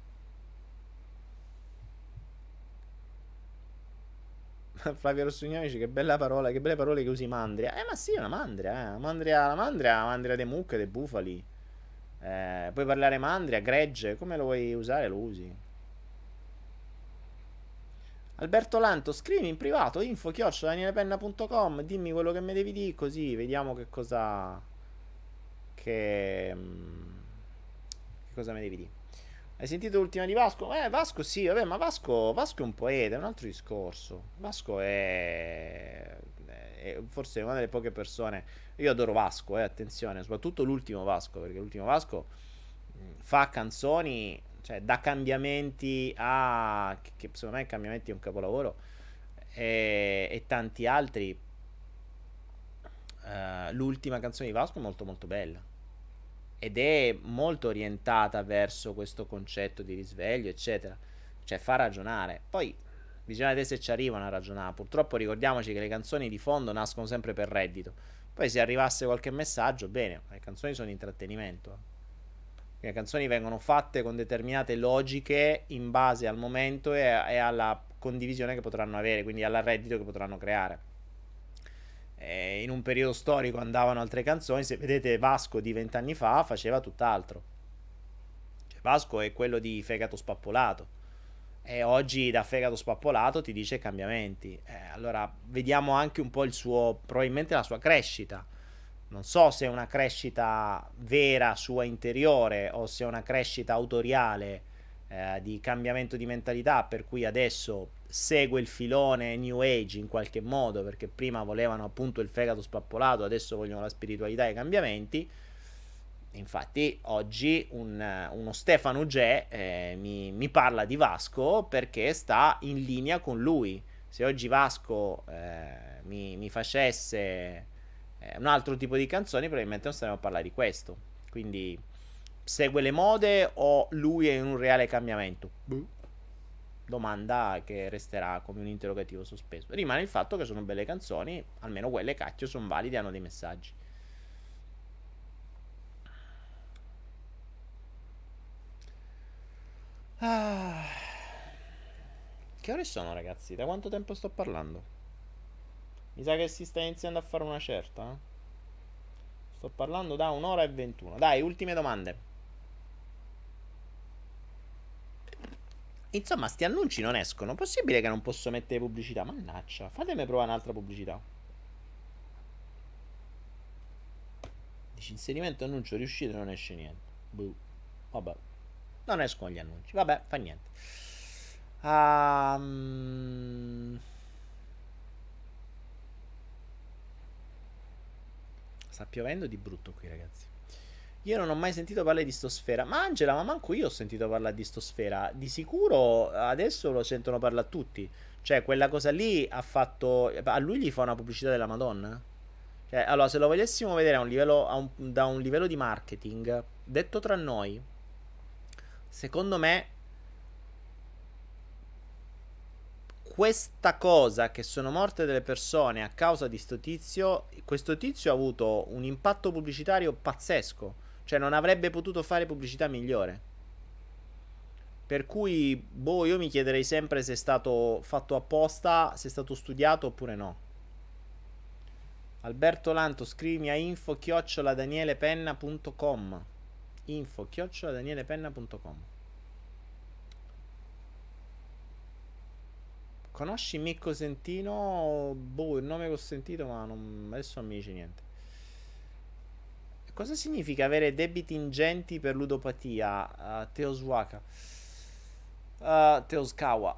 Flavio Rossignoli dice che bella parola, che belle parole che usi mandria. Ma sì, è una mandria, la mandria dei mucche, dei bufali. Puoi parlare mandria, gregge, come lo vuoi usare lo usi. Alberto Lanto, scrivimi in privato, info@danielepenna.com, dimmi quello che mi devi dire, così vediamo che, che cosa mi devi dire. Hai sentito l'ultima di Vasco? Vasco sì, vabbè, ma Vasco è un poeta, è un altro discorso. Vasco è forse una delle poche persone. Io adoro Vasco, attenzione, soprattutto l'ultimo Vasco, perché l'ultimo Vasco fa canzoni, cioè da cambiamenti a... che secondo me cambiamenti è un capolavoro, e tanti altri. L'ultima canzone di Vasco è molto molto bella ed è molto orientata verso questo concetto di risveglio, eccetera. Cioè fa ragionare. Poi bisogna vedere se ci arrivano a ragionare. Purtroppo ricordiamoci che le canzoni di fondo nascono sempre per reddito. Poi se arrivasse qualche messaggio, bene, le canzoni sono intrattenimento. Le canzoni vengono fatte con determinate logiche in base al momento e alla condivisione che potranno avere, quindi al reddito che potranno creare. In un periodo storico andavano altre canzoni. Se vedete Vasco di 20 anni fa faceva tutt'altro. Cioè, Vasco è quello di Fegato Spappolato. E oggi da fegato spappolato ti dice cambiamenti. Allora vediamo anche un po' il suo, probabilmente la sua crescita. Non so se è una crescita vera sua interiore o se è una crescita autoriale di cambiamento di mentalità, per cui adesso segue il filone New Age in qualche modo, perché prima volevano appunto il fegato spappolato, adesso vogliono la spiritualità e i cambiamenti. Infatti oggi uno Stefano Ge mi parla di Vasco perché sta in linea con lui. Se oggi Vasco mi facesse un altro tipo di canzoni, probabilmente non staremmo a parlare di questo. Quindi segue le mode o lui è in un reale cambiamento? Boh. Domanda che resterà come un interrogativo sospeso. Rimane il fatto che sono belle canzoni, almeno quelle cacchio sono valide, hanno dei messaggi. Ah. Che ore sono, ragazzi? Da quanto tempo sto parlando? Mi sa che si sta iniziando a fare una certa. Sto parlando da un'ora e 21. Dai, ultime domande. Insomma, sti annunci non escono. Possibile che non posso mettere pubblicità? Mannaggia, fatemi provare un'altra pubblicità. Dici inserimento annuncio riuscito e non esce niente. Boh. Vabbè. Non escono gli annunci. Vabbè, fa niente. Sta piovendo di brutto qui, ragazzi. Io non ho mai sentito parlare di stosfera. Ma Angela, ma manco io ho sentito parlare di stosfera. Di sicuro adesso lo sentono parlare tutti. Cioè, quella cosa lì ha fatto. A lui gli fa una pubblicità della Madonna. Cioè, allora, se lo volessimo vedere a un livello, da un livello di marketing, detto tra noi, secondo me, questa cosa che sono morte delle persone a causa di sto tizio, questo tizio ha avuto un impatto pubblicitario pazzesco. Cioè, non avrebbe potuto fare pubblicità migliore. Per cui, boh, io mi chiederei sempre se è stato fatto apposta, se è stato studiato oppure no. Alberto Lanto, scrivimi a info-danielepenna.com. Info-danielepenna.com. Conosci Micco Sentino? Boh, il nome che ho sentito, ma adesso non mi dice niente. Cosa significa avere debiti ingenti per ludopatia? Teoswaka. Teoskawa.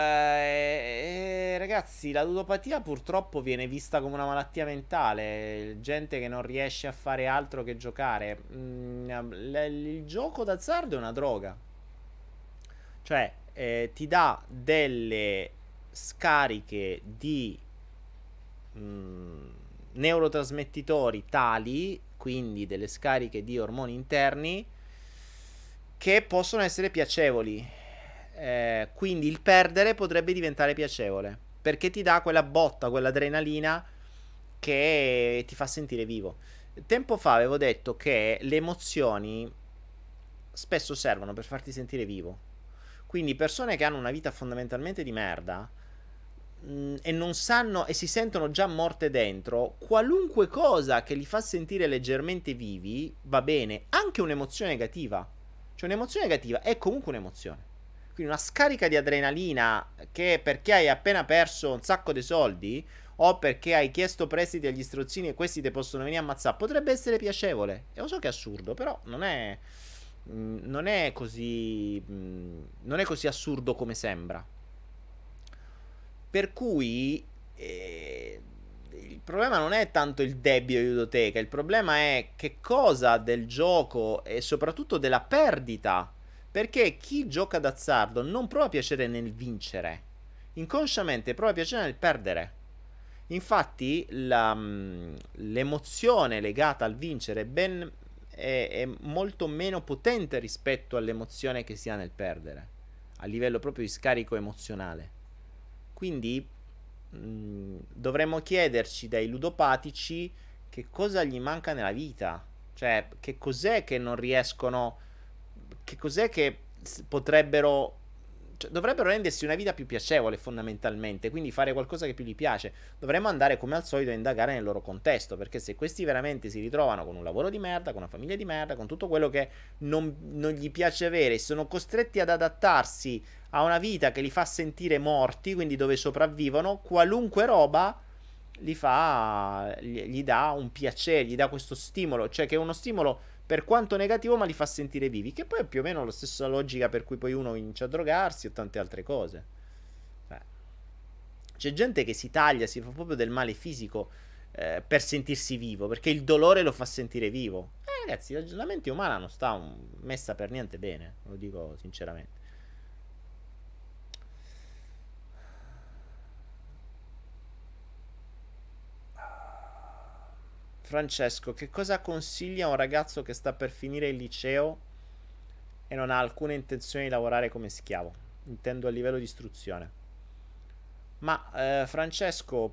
Ragazzi, la ludopatia purtroppo viene vista come una malattia mentale. Gente che non riesce a fare altro che giocare. Il gioco d'azzardo è una droga. Cioè, ti dà delle scariche di mm, neurotrasmettitori tali, quindi delle scariche di ormoni interni, che possono essere piacevoli. Quindi il perdere potrebbe diventare piacevole, perché ti dà quella botta, quell'adrenalina che ti fa sentire vivo. Tempo fa avevo detto che le emozioni spesso servono per farti sentire vivo. Quindi persone che hanno una vita fondamentalmente di merda e non sanno e si sentono già morte dentro, qualunque cosa che li fa sentire leggermente vivi va bene, anche un'emozione negativa. Cioè un'emozione negativa è comunque un'emozione. Quindi una scarica di adrenalina che perché hai appena perso un sacco di soldi o perché hai chiesto prestiti agli strozzini e questi ti possono venire a ammazzare potrebbe essere piacevole. E lo so che è assurdo, però non è così non è così assurdo come sembra. Per cui il problema non è tanto il debito di ludoteca, il problema è che cosa del gioco e soprattutto della perdita. Perché chi gioca d'azzardo non prova piacere nel vincere, inconsciamente prova piacere nel perdere. Infatti l'emozione legata al vincere è molto meno potente rispetto all'emozione che si ha nel perdere, a livello proprio di scarico emozionale. Quindi dovremmo chiederci dai ludopatici che cosa gli manca nella vita, cioè che cos'è che non riescono, che cos'è che potrebbero cioè, dovrebbero rendersi una vita più piacevole fondamentalmente, quindi fare qualcosa che più gli piace. Dovremmo andare come al solito a indagare nel loro contesto, perché se questi veramente si ritrovano con un lavoro di merda, con una famiglia di merda, con tutto quello che non gli piace avere, sono costretti ad adattarsi a una vita che li fa sentire morti, quindi dove sopravvivono, qualunque roba gli dà un piacere, gli dà questo stimolo, cioè che è uno stimolo per quanto negativo, ma li fa sentire vivi. Che poi è più o meno la stessa logica per cui poi uno comincia a drogarsi o tante altre cose. Beh, c'è gente che si taglia, si fa proprio del male fisico per sentirsi vivo, perché il dolore lo fa sentire vivo. Ragazzi, la mente umana non sta messa per niente bene, lo dico sinceramente. Francesco, che cosa consiglia a un ragazzo che sta per finire il liceo e non ha alcuna intenzione di lavorare come schiavo? Intendo a livello di istruzione. Ma Francesco,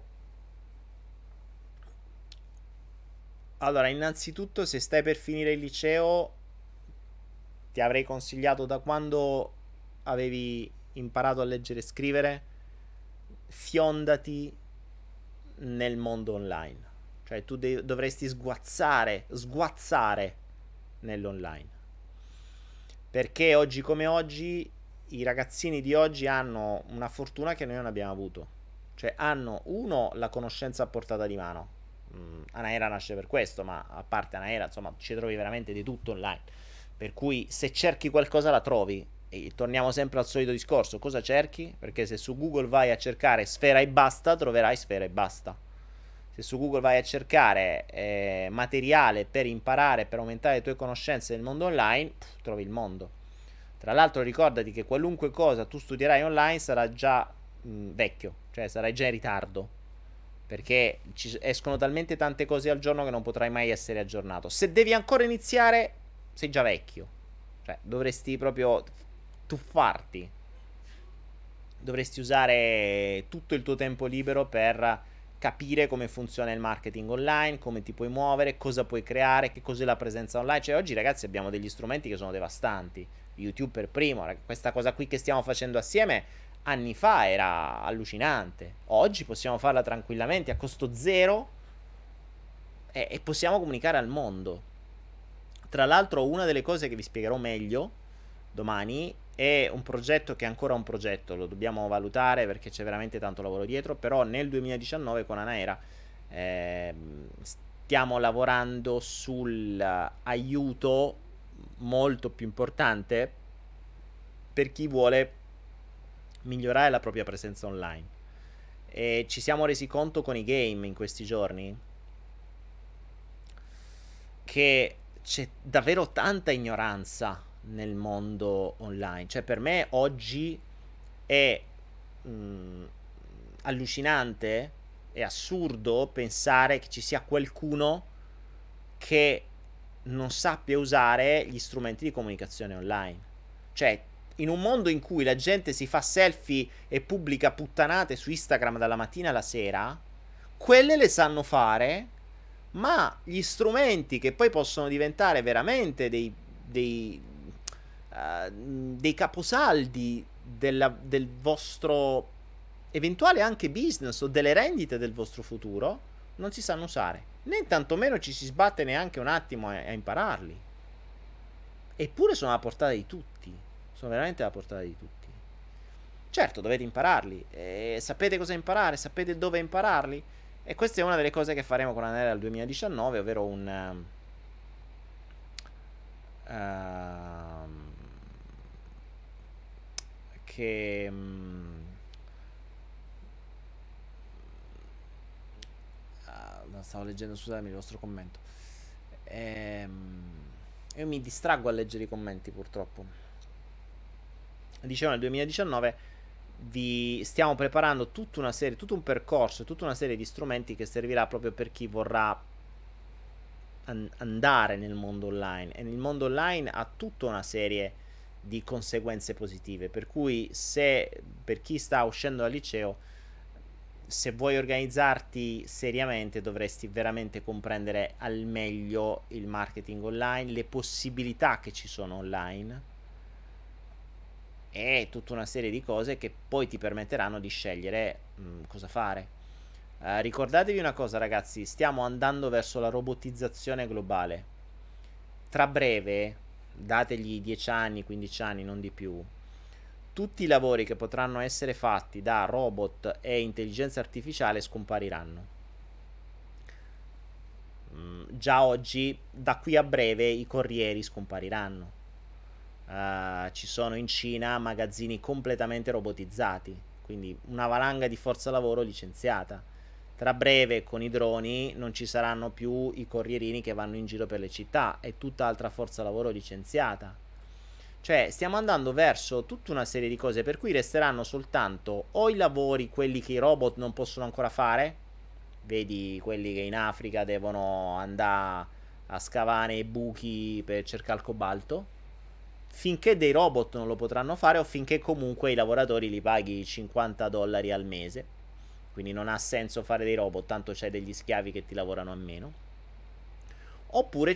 allora, innanzitutto, se stai per finire il liceo, ti avrei consigliato da quando avevi imparato a leggere e scrivere, fiondati nel mondo online. Cioè, tu dovresti sguazzare nell'online. Perché oggi come oggi i ragazzini di oggi hanno una fortuna che noi non abbiamo avuto. Cioè hanno, uno, la conoscenza a portata di mano. Anaera nasce per questo, ma a parte Anaera, insomma, ci trovi veramente di tutto online. Per cui se cerchi qualcosa la trovi. E torniamo sempre al solito discorso. Cosa cerchi? Perché se su Google vai a cercare sfera e basta, troverai sfera e basta. Se su Google vai a cercare materiale per imparare, per aumentare le tue conoscenze nel mondo online, trovi il mondo. Tra l'altro ricordati che qualunque cosa tu studierai online sarà già vecchio, cioè sarai già in ritardo, perché escono talmente tante cose al giorno che non potrai mai essere aggiornato. Se devi ancora iniziare, sei già vecchio, cioè dovresti proprio tuffarti, dovresti usare tutto il tuo tempo libero per capire come funziona il marketing online, come ti puoi muovere, cosa puoi creare, che cos'è la presenza online. Cioè oggi ragazzi abbiamo degli strumenti che sono devastanti. YouTube per primo, questa cosa qui che stiamo facendo assieme anni fa era allucinante. Oggi possiamo farla tranquillamente a costo zero e possiamo comunicare al mondo. Tra l'altro una delle cose che vi spiegherò meglio domani è un progetto che è ancora un progetto, lo dobbiamo valutare perché c'è veramente tanto lavoro dietro, però nel 2019 con Anaera stiamo lavorando sull'aiuto molto più importante per chi vuole migliorare la propria presenza online. E ci siamo resi conto con i game in questi giorni che c'è davvero tanta ignoranza nel mondo online. Cioè per me oggi è allucinante e assurdo pensare che ci sia qualcuno che non sappia usare gli strumenti di comunicazione online. Cioè, in un mondo in cui la gente si fa selfie e pubblica puttanate su Instagram dalla mattina alla sera, quelle le sanno fare, ma gli strumenti che poi possono diventare veramente dei caposaldi del vostro eventuale anche business o delle rendite del vostro futuro, non si sanno usare. Né tantomeno ci si sbatte neanche un attimo a impararli. Eppure sono alla portata di tutti. Sono veramente alla portata di tutti. Certo, dovete impararli. Sapete cosa imparare, sapete dove impararli. E questa è una delle cose che faremo con Anera al 2019, ovvero un che stavo leggendo, scusatemi il vostro commento. Io mi distraggo a leggere i commenti purtroppo. Dicevo, nel 2019 vi stiamo preparando tutta una serie, tutto un percorso, tutta una serie di strumenti che servirà proprio per chi vorrà andare nel mondo online. E nel mondo online ha tutta una serie di conseguenze positive, per cui se per chi sta uscendo dal liceo, se vuoi organizzarti seriamente dovresti veramente comprendere al meglio il marketing online, le possibilità che ci sono online e tutta una serie di cose che poi ti permetteranno di scegliere cosa fare. Ricordatevi una cosa, ragazzi, stiamo andando verso la robotizzazione globale. Tra breve, dategli 10 anni, 15 anni, non di più, tutti i lavori che potranno essere fatti da robot e intelligenza artificiale scompariranno. Già oggi, da qui a breve, i corrieri scompariranno. Ci sono in Cina magazzini completamente robotizzati, quindi una valanga di forza lavoro licenziata. Tra breve, con i droni, non ci saranno più i corrierini che vanno in giro per le città, è tutta altra forza lavoro licenziata. Cioè, stiamo andando verso tutta una serie di cose per cui resteranno soltanto o i lavori, quelli che i robot non possono ancora fare, vedi quelli che in Africa devono andare a scavare i buchi per cercare il cobalto, finché dei robot non lo potranno fare o finché comunque i lavoratori li paghi $50 al mese. Quindi non ha senso fare dei robot, tanto c'hai degli schiavi che ti lavorano a meno. Oppure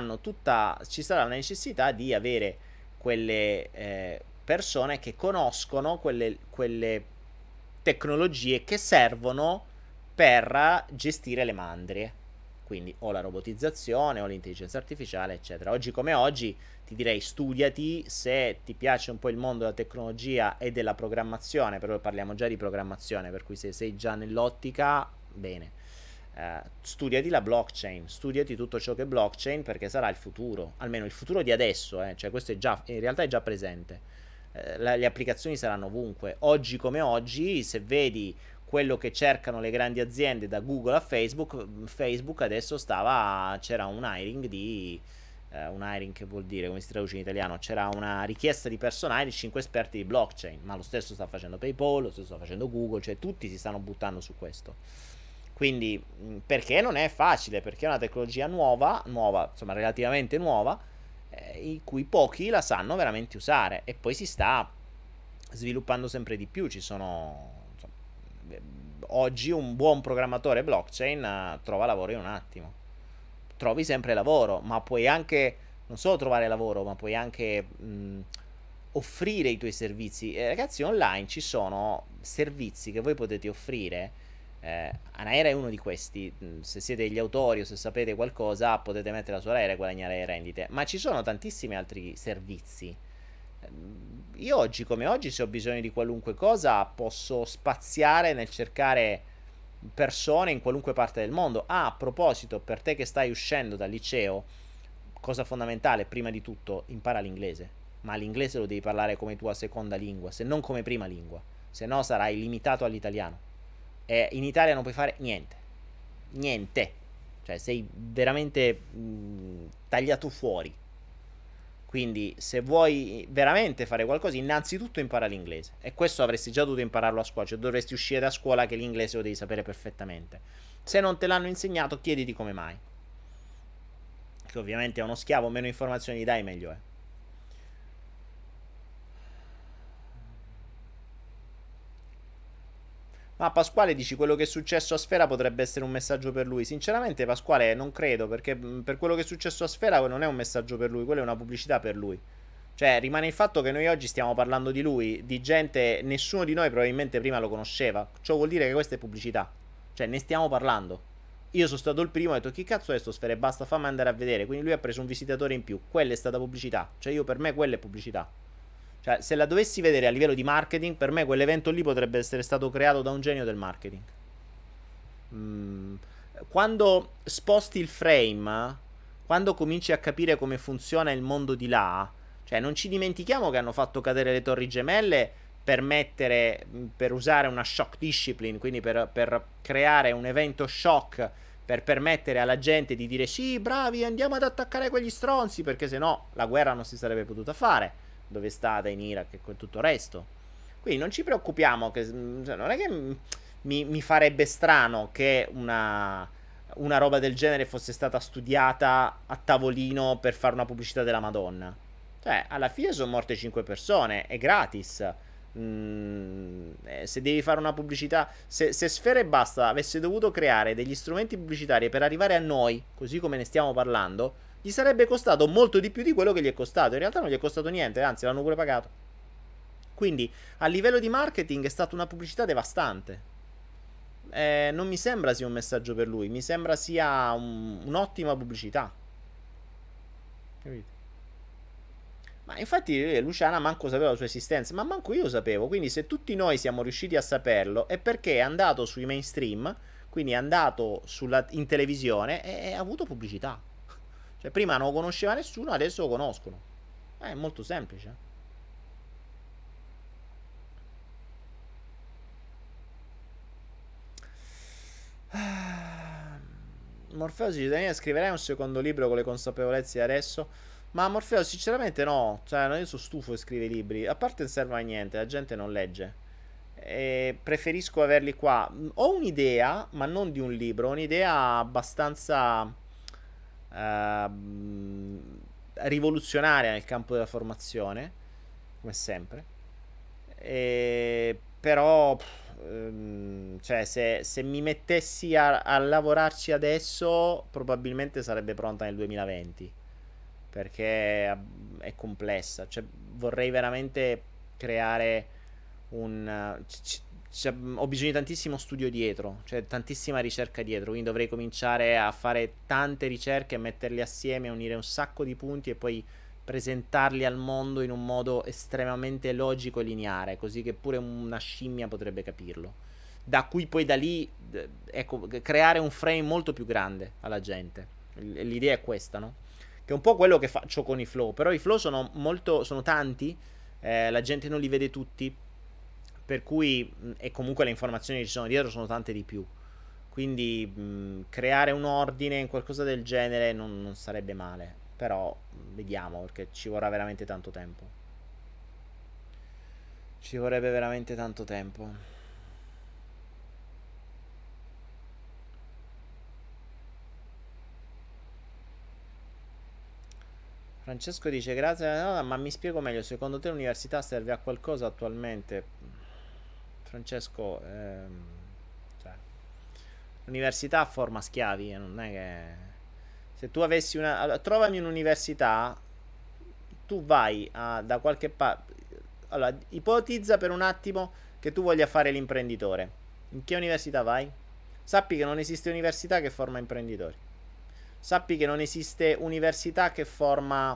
ci sarà la necessità di avere quelle persone che conoscono quelle tecnologie che servono per gestire le mandrie. Quindi o la robotizzazione o l'intelligenza artificiale, eccetera. Oggi come oggi ti direi studiati, se ti piace un po' il mondo della tecnologia e della programmazione, però parliamo già di programmazione, per cui se sei già nell'ottica, bene. Studiati la blockchain, studiati tutto ciò che è blockchain, perché sarà il futuro, almeno il futuro di adesso, cioè questo è già, in realtà è già presente. Le applicazioni saranno ovunque. Oggi come oggi, se vedi quello che cercano le grandi aziende da Google a Facebook, Facebook adesso c'era un hiring un hiring che vuol dire, come si traduce in italiano, c'era una richiesta di personale di 5 esperti di blockchain, ma lo stesso sta facendo PayPal, lo stesso sta facendo Google, cioè tutti si stanno buttando su questo. Quindi, perché non è facile, perché è una tecnologia nuova, insomma relativamente nuova, in cui pochi la sanno veramente usare, e poi si sta sviluppando sempre di più. Ci sono, insomma, oggi un buon programmatore blockchain trova lavoro in un attimo. Trovi sempre lavoro, ma puoi anche non solo trovare lavoro, ma puoi anche offrire i tuoi servizi. Ragazzi, online ci sono servizi che voi potete offrire. Anaera è uno di questi. Se siete degli autori o se sapete qualcosa, potete mettere la sua Anaera e guadagnare rendite. Ma ci sono tantissimi altri servizi. Io oggi come oggi, se ho bisogno di qualunque cosa, posso spaziare nel cercare persone in qualunque parte del mondo. A proposito, per te che stai uscendo dal liceo, cosa fondamentale, prima di tutto, impara l'inglese. Ma l'inglese lo devi parlare come tua seconda lingua, se non come prima lingua. Se no sarai limitato all'italiano. E in Italia non puoi fare niente. Niente. Cioè sei veramente tagliato fuori. Quindi se vuoi veramente fare qualcosa, innanzitutto impara l'inglese. E questo avresti già dovuto impararlo a scuola. Cioè dovresti uscire da scuola che l'inglese lo devi sapere perfettamente. Se non te l'hanno insegnato, chiediti come mai. Che ovviamente è uno schiavo, meno informazioni gli dai, meglio è. Ma Pasquale dici quello che è successo a Sfera potrebbe essere un messaggio per lui. Sinceramente, Pasquale, non credo, perché per quello che è successo a Sfera non è un messaggio per lui, quello è una pubblicità per lui. Cioè, rimane il fatto che noi oggi stiamo parlando di lui, di gente, nessuno di noi probabilmente prima lo conosceva. Ciò vuol dire che questa è pubblicità. Cioè, ne stiamo parlando. Io sono stato il primo, ho detto chi cazzo è sto Sfera e basta, fammi andare a vedere. Quindi lui ha preso un visitatore in più. Quella è stata pubblicità. Cioè, io per me quella è pubblicità. Cioè, se la dovessi vedere a livello di marketing, per me quell'evento lì potrebbe essere stato creato da un genio del marketing. Mm, Quando sposti il frame, quando cominci a capire come funziona il mondo di là, cioè non ci dimentichiamo che hanno fatto cadere le torri gemelle per usare una shock discipline, quindi per creare un evento shock, per permettere alla gente di dire sì, bravi, andiamo ad attaccare quegli stronzi, perché se no la guerra non si sarebbe potuta fare, dove è stata in Iraq e tutto il resto. Quindi non ci preoccupiamo, cioè, non è che mi farebbe strano che una roba del genere fosse stata studiata a tavolino per fare una pubblicità della Madonna. Cioè, alla fine sono morte 5 persone, è gratis. Se devi fare una pubblicità, se Sfera e Basta avesse dovuto creare degli strumenti pubblicitari per arrivare a noi, così come ne stiamo parlando, gli sarebbe costato molto di più di quello che gli è costato. In realtà non gli è costato niente, anzi l'hanno pure pagato. Quindi a livello di marketing è stata una pubblicità devastante. Non mi sembra sia un messaggio per lui, mi sembra sia un'ottima pubblicità. Capito? Ma infatti Luciana manco sapeva la sua esistenza, ma manco io lo sapevo. Quindi se tutti noi siamo riusciti a saperlo è perché è andato sui mainstream, quindi è andato in televisione e ha avuto pubblicità. Cioè prima non lo conosceva nessuno, adesso lo conoscono. È molto semplice. Morfeo si dice: scriverai un secondo libro con le consapevolezze di adesso? Ma Morfeo, sinceramente no. Cioè, io sono stufo di scrivere libri. A parte non serve a niente, la gente non legge. E preferisco averli qua. Ho un'idea, ma non di un libro. Ho un'idea abbastanza rivoluzionaria nel campo della formazione, come sempre. Però, cioè, se mi mettessi a lavorarci adesso, probabilmente sarebbe pronta nel 2020. Perché è complessa. Cioè, vorrei veramente creare ho bisogno di tantissimo studio dietro, cioè tantissima ricerca dietro, quindi dovrei cominciare a fare tante ricerche, metterle assieme, unire un sacco di punti e poi presentarli al mondo in un modo estremamente logico e lineare, così che pure una scimmia potrebbe capirlo. Da cui poi da lì, ecco, creare un frame molto più grande alla gente. L'idea è questa, no? Che è un po' quello che faccio con i flow, però i flow sono tanti, la gente non li vede tutti, per cui, e comunque le informazioni che ci sono dietro sono tante di più. Quindi creare un ordine in qualcosa del genere non sarebbe male. Però vediamo, perché ci vorrà veramente tanto tempo. Ci vorrebbe veramente tanto tempo. Francesco dice: grazie, no, ma mi spiego meglio. Secondo te l'università serve a qualcosa attualmente? Francesco, cioè, l'università forma schiavi, non è che... Se tu avessi una... Allora, trovami un'università, tu vai da qualche parte... Allora, ipotizza per un attimo che tu voglia fare l'imprenditore. In che università vai? Sappi che non esiste università che forma imprenditori. Sappi che non esiste università che forma...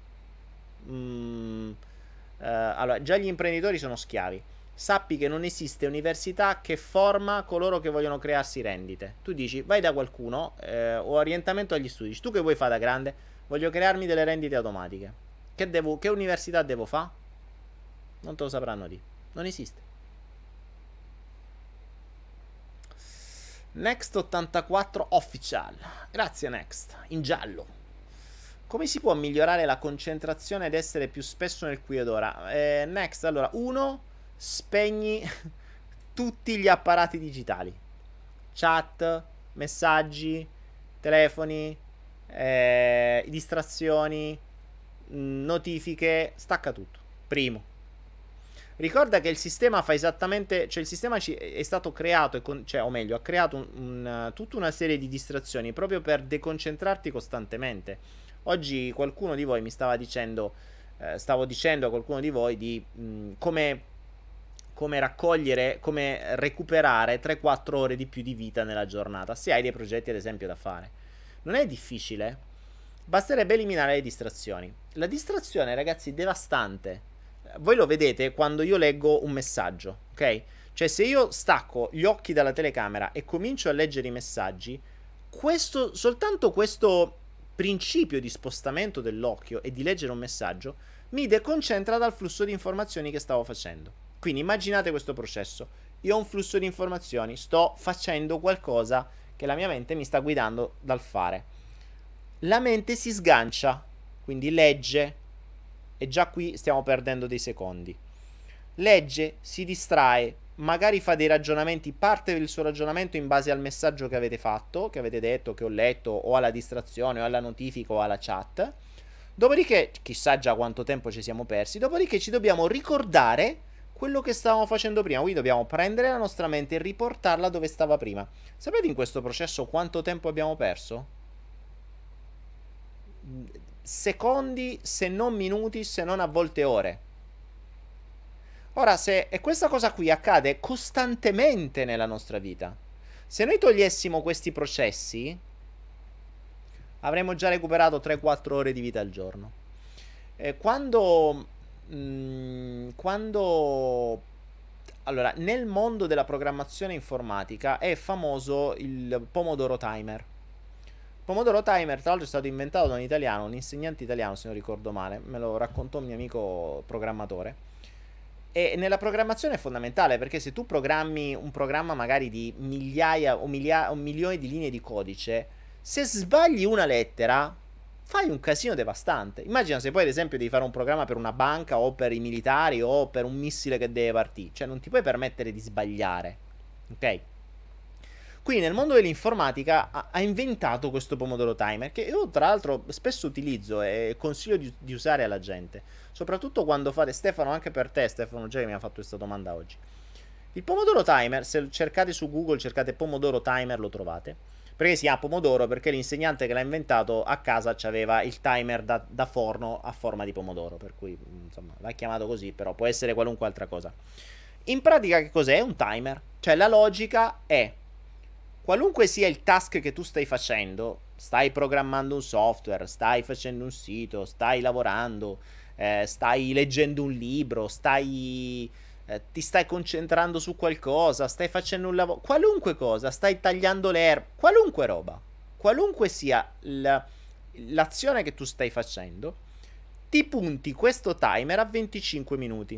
allora, già gli imprenditori sono schiavi. Sappi che non esiste università che forma coloro che vogliono crearsi rendite. Tu dici, vai da qualcuno, o orientamento agli studi. Tu che vuoi fare da grande? Voglio crearmi delle rendite automatiche. Che università devo fare? Non te lo sapranno di. Non esiste. Next 84 Official. Grazie Next. In giallo. Come si può migliorare la concentrazione ed essere più spesso nel qui ed ora? Next, allora, uno, spegni tutti gli apparati digitali. Chat, messaggi, telefoni, distrazioni, notifiche, stacca tutto. Primo. Ricorda che il sistema fa esattamente, cioè il sistema è stato creato, cioè, o meglio, ha creato tutta una serie di distrazioni proprio per deconcentrarti costantemente. Oggi qualcuno di voi mi stava dicendo, stavo dicendo a qualcuno di voi di come raccogliere, come recuperare 3-4 ore di più di vita nella giornata, se hai dei progetti ad esempio da fare. Non è difficile, basterebbe eliminare le distrazioni. La distrazione, ragazzi, è devastante. Voi lo vedete quando io leggo un messaggio, ok? Cioè se io stacco gli occhi dalla telecamera e comincio a leggere i messaggi, soltanto questo principio di spostamento dell'occhio e di leggere un messaggio mi deconcentra dal flusso di informazioni che stavo facendo. Quindi immaginate questo processo. Io ho un flusso di informazioni, sto facendo qualcosa che la mia mente mi sta guidando dal fare. La mente si sgancia, quindi legge, e già qui stiamo perdendo dei secondi. Legge, si distrae, magari fa dei ragionamenti, parte del suo ragionamento in base al messaggio che avete fatto, che avete detto, che ho letto, o alla distrazione, o alla notifica, o alla chat. Dopodiché, chissà già quanto tempo ci siamo persi, dopodiché ci dobbiamo ricordare quello che stavamo facendo prima. Quindi dobbiamo prendere la nostra mente e riportarla dove stava prima. Sapete in questo processo quanto tempo abbiamo perso? Secondi, se non minuti, se non a volte ore. Ora, se e questa cosa qui accade costantemente nella nostra vita, se noi togliessimo questi processi, avremmo già recuperato 3-4 ore di vita al giorno. Quando allora, nel mondo della programmazione informatica è famoso il Pomodoro Timer. Pomodoro Timer, tra l'altro, è stato inventato da un italiano, un insegnante italiano, se non ricordo male, me lo raccontò un mio amico programmatore. E nella programmazione è fondamentale perché se tu programmi un programma magari di migliaia o milioni di linee di codice, se sbagli una lettera, fai un casino devastante. Immagina se poi, ad esempio, devi fare un programma per una banca o per i militari o per un missile che deve partire. Cioè, non ti puoi permettere di sbagliare. Ok? Quindi nel mondo dell'informatica ha inventato questo Pomodoro Timer che io tra l'altro spesso utilizzo e consiglio di usare alla gente, soprattutto quando fate, Stefano, anche per te Stefano, già che mi ha fatto questa domanda oggi. Il Pomodoro Timer, se cercate su Google, cercate Pomodoro Timer, lo trovate. Perché si chiama Pomodoro? Perché l'insegnante che l'ha inventato a casa aveva il timer da forno a forma di pomodoro, per cui insomma l'ha chiamato così, però può essere qualunque altra cosa. In pratica che cos'è? È un timer. Cioè la logica è qualunque sia il task che tu stai facendo, stai programmando un software, stai facendo un sito, stai lavorando, stai leggendo un libro, ti stai concentrando su qualcosa, stai facendo un lavoro, qualunque cosa, stai tagliando l'erba, qualunque roba, qualunque sia l'azione che tu stai facendo, ti punti questo timer a 25 minuti.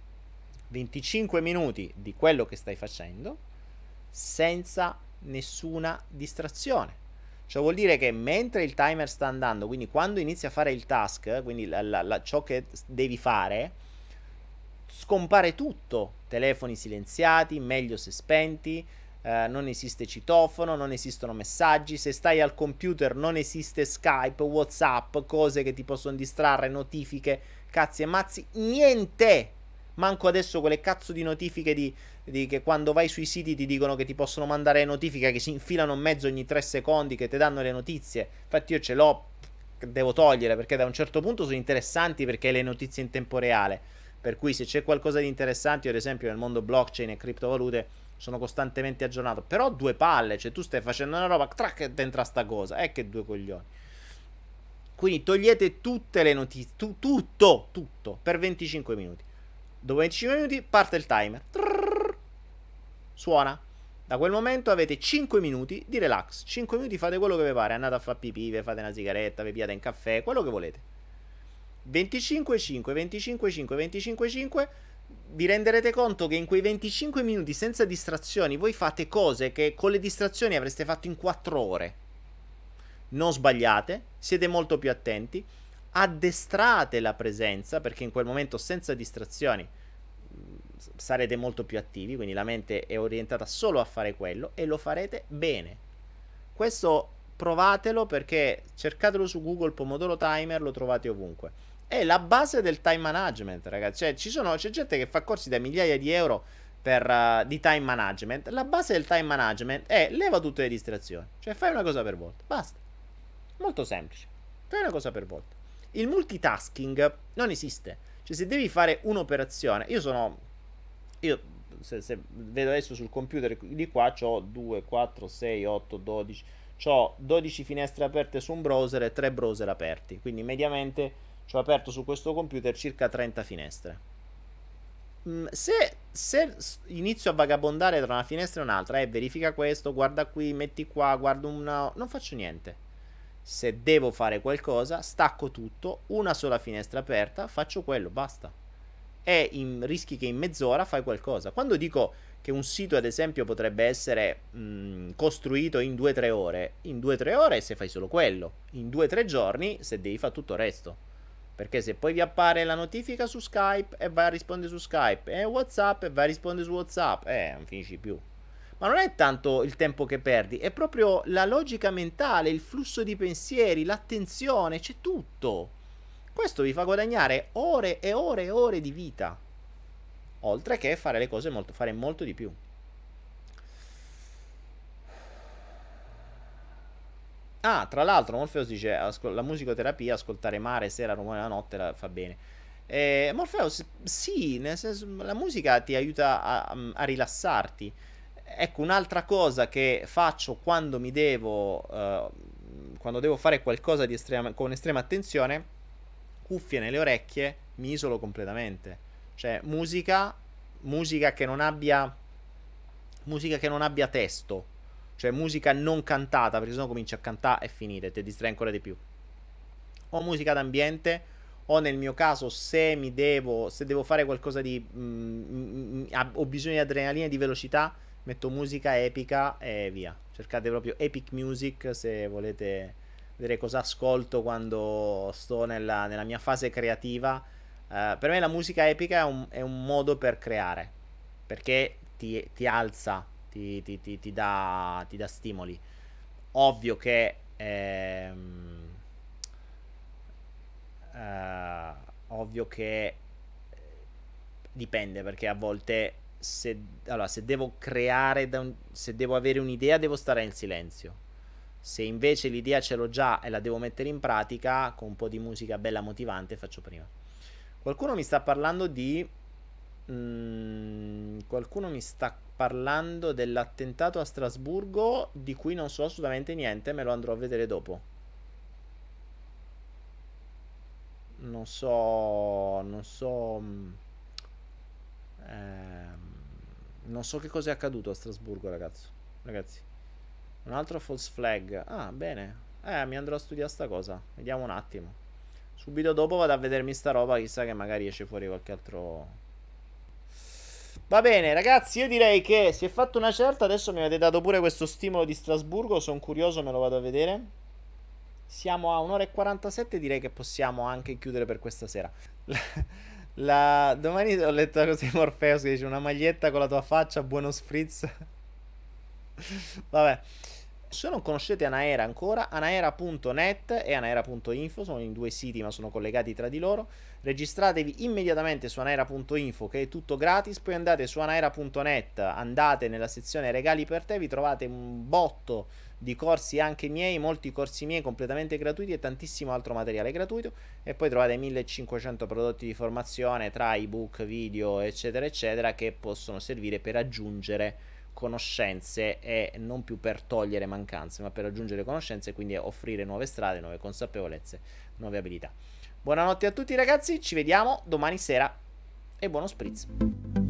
25 minuti di quello che stai facendo senza nessuna distrazione. Ciò vuol dire che mentre il timer sta andando, quindi quando inizi a fare il task, quindi ciò che devi fare, scompare tutto. Telefoni silenziati, meglio se spenti, non esiste citofono, non esistono messaggi, se stai al computer non esiste Skype, WhatsApp, cose che ti possono distrarre, notifiche, cazzi e mazzi, niente. Manco adesso quelle cazzo di notifiche di che quando vai sui siti ti dicono che ti possono mandare notifiche che si infilano in mezzo ogni 3 secondi, che ti danno le notizie. Infatti io ce l'ho, devo togliere perché da un certo punto sono interessanti perché hai le notizie in tempo reale. Per cui se c'è qualcosa di interessante, io ad esempio nel mondo blockchain e criptovalute sono costantemente aggiornato. Però due palle, cioè tu stai facendo una roba, track, dentro a sta cosa, che due coglioni. Quindi togliete tutte le notizie, tutto, per 25 minuti. Dopo 25 minuti parte il timer. Trrr, suona. Da quel momento avete 5 minuti di relax. 5 minuti fate quello che vi pare. Andate a fare pipì, vi fate una sigaretta, vi piate un caffè, quello che volete. 25, 5, 25, 5, 25, 5. Vi renderete conto che in quei 25 minuti senza distrazioni voi fate cose che con le distrazioni avreste fatto in 4 ore. Non sbagliate, siete molto più attenti, addestrate la presenza perché in quel momento senza distrazioni sarete molto più attivi, quindi la mente è orientata solo a fare quello e lo farete bene. Questo provatelo perché cercatelo su Google Pomodoro Timer, lo trovate ovunque. È la base del time management, ragazzi. Cioè, c'è gente che fa corsi da migliaia di euro di time management. La base del time management è leva tutte le distrazioni. Cioè, fai una cosa per volta. Basta. Molto semplice. Fai una cosa per volta. Il multitasking non esiste. Cioè, se devi fare un'operazione, io se vedo adesso sul computer di qua, ho 2, 4, 6, 8, 12. Ho 12 finestre aperte su un browser e 3 browser aperti. Quindi mediamente ho aperto su questo computer circa 30 finestre. Se inizio a vagabondare tra una finestra e un'altra, verifica questo, guarda qui, metti qua, guardo una. Non faccio niente. Se devo fare qualcosa, stacco tutto, una sola finestra aperta, faccio quello, basta. Rischi che in mezz'ora fai qualcosa. Quando dico che un sito, ad esempio, potrebbe essere costruito in 2-3 ore, in 2-3 ore se fai solo quello, in 2-3 giorni se devi fare tutto il resto. Perché se poi vi appare la notifica su Skype e vai a rispondere su Skype, e WhatsApp e vai a rispondere su WhatsApp, non finisci più. Ma non è tanto il tempo che perdi, è proprio la logica mentale, il flusso di pensieri, l'attenzione, c'è tutto. Questo vi fa guadagnare ore e ore e ore di vita. Oltre che fare le cose fare molto di più. Ah, tra l'altro, Morpheus dice la musicoterapia, ascoltare mare, sera, rumore della notte fa bene. Morpheus, sì, nel senso, la musica ti aiuta a rilassarti. Ecco, un'altra cosa che faccio quando devo fare qualcosa con estrema attenzione, cuffie nelle orecchie, mi isolo completamente. Cioè, musica che non abbia, musica che non abbia testo. Cioè, musica non cantata, perché sennò cominci a cantare e finite, ti distrai ancora di più. O musica d'ambiente, o nel mio caso, se devo fare qualcosa di, ho bisogno di adrenalina e di velocità, metto musica epica e via. Cercate proprio Epic Music se volete vedere cosa ascolto quando sto nella mia fase creativa. Per me la musica epica è un modo per creare, perché ti alza, ti dà stimoli. Ovvio che eh, ovvio che dipende, perché a volte se devo creare se devo avere un'idea, devo stare in silenzio. Se invece l'idea ce l'ho già e la devo mettere in pratica con un po' di musica bella motivante, faccio prima. Qualcuno mi sta parlando di qualcuno mi sta parlando dell'attentato a Strasburgo di cui non so assolutamente niente, me lo andrò a vedere dopo. Ehm, non so che cosa è accaduto a Strasburgo, ragazzi. Un altro false flag. Ah, bene. Mi andrò a studiare sta cosa. Vediamo un attimo. Subito dopo vado a vedermi sta roba, chissà che magari esce fuori qualche altro. Va bene, ragazzi, io direi che si è fatto una certa. Adesso mi avete dato pure questo stimolo di Strasburgo. Sono curioso, me lo vado a vedere. Siamo a un'ora e 47. Direi che possiamo anche chiudere per questa sera. Domani ho letto così Morpheus che dice una maglietta con la tua faccia, buono spritz. Vabbè. Se non conoscete Anaera ancora, anaera.net e anaera.info sono i due siti ma sono collegati tra di loro. Registratevi immediatamente su anaera.info che è tutto gratis, poi andate su anaera.net, andate nella sezione regali per te, vi trovate un botto di corsi anche miei, molti corsi miei completamente gratuiti e tantissimo altro materiale gratuito, e poi trovate 1500 prodotti di formazione tra ebook, video eccetera eccetera che possono servire per aggiungere conoscenze e non più per togliere mancanze, ma per aggiungere conoscenze e quindi offrire nuove strade, nuove consapevolezze, nuove abilità. Buonanotte a tutti ragazzi, ci vediamo domani sera e buono spritz.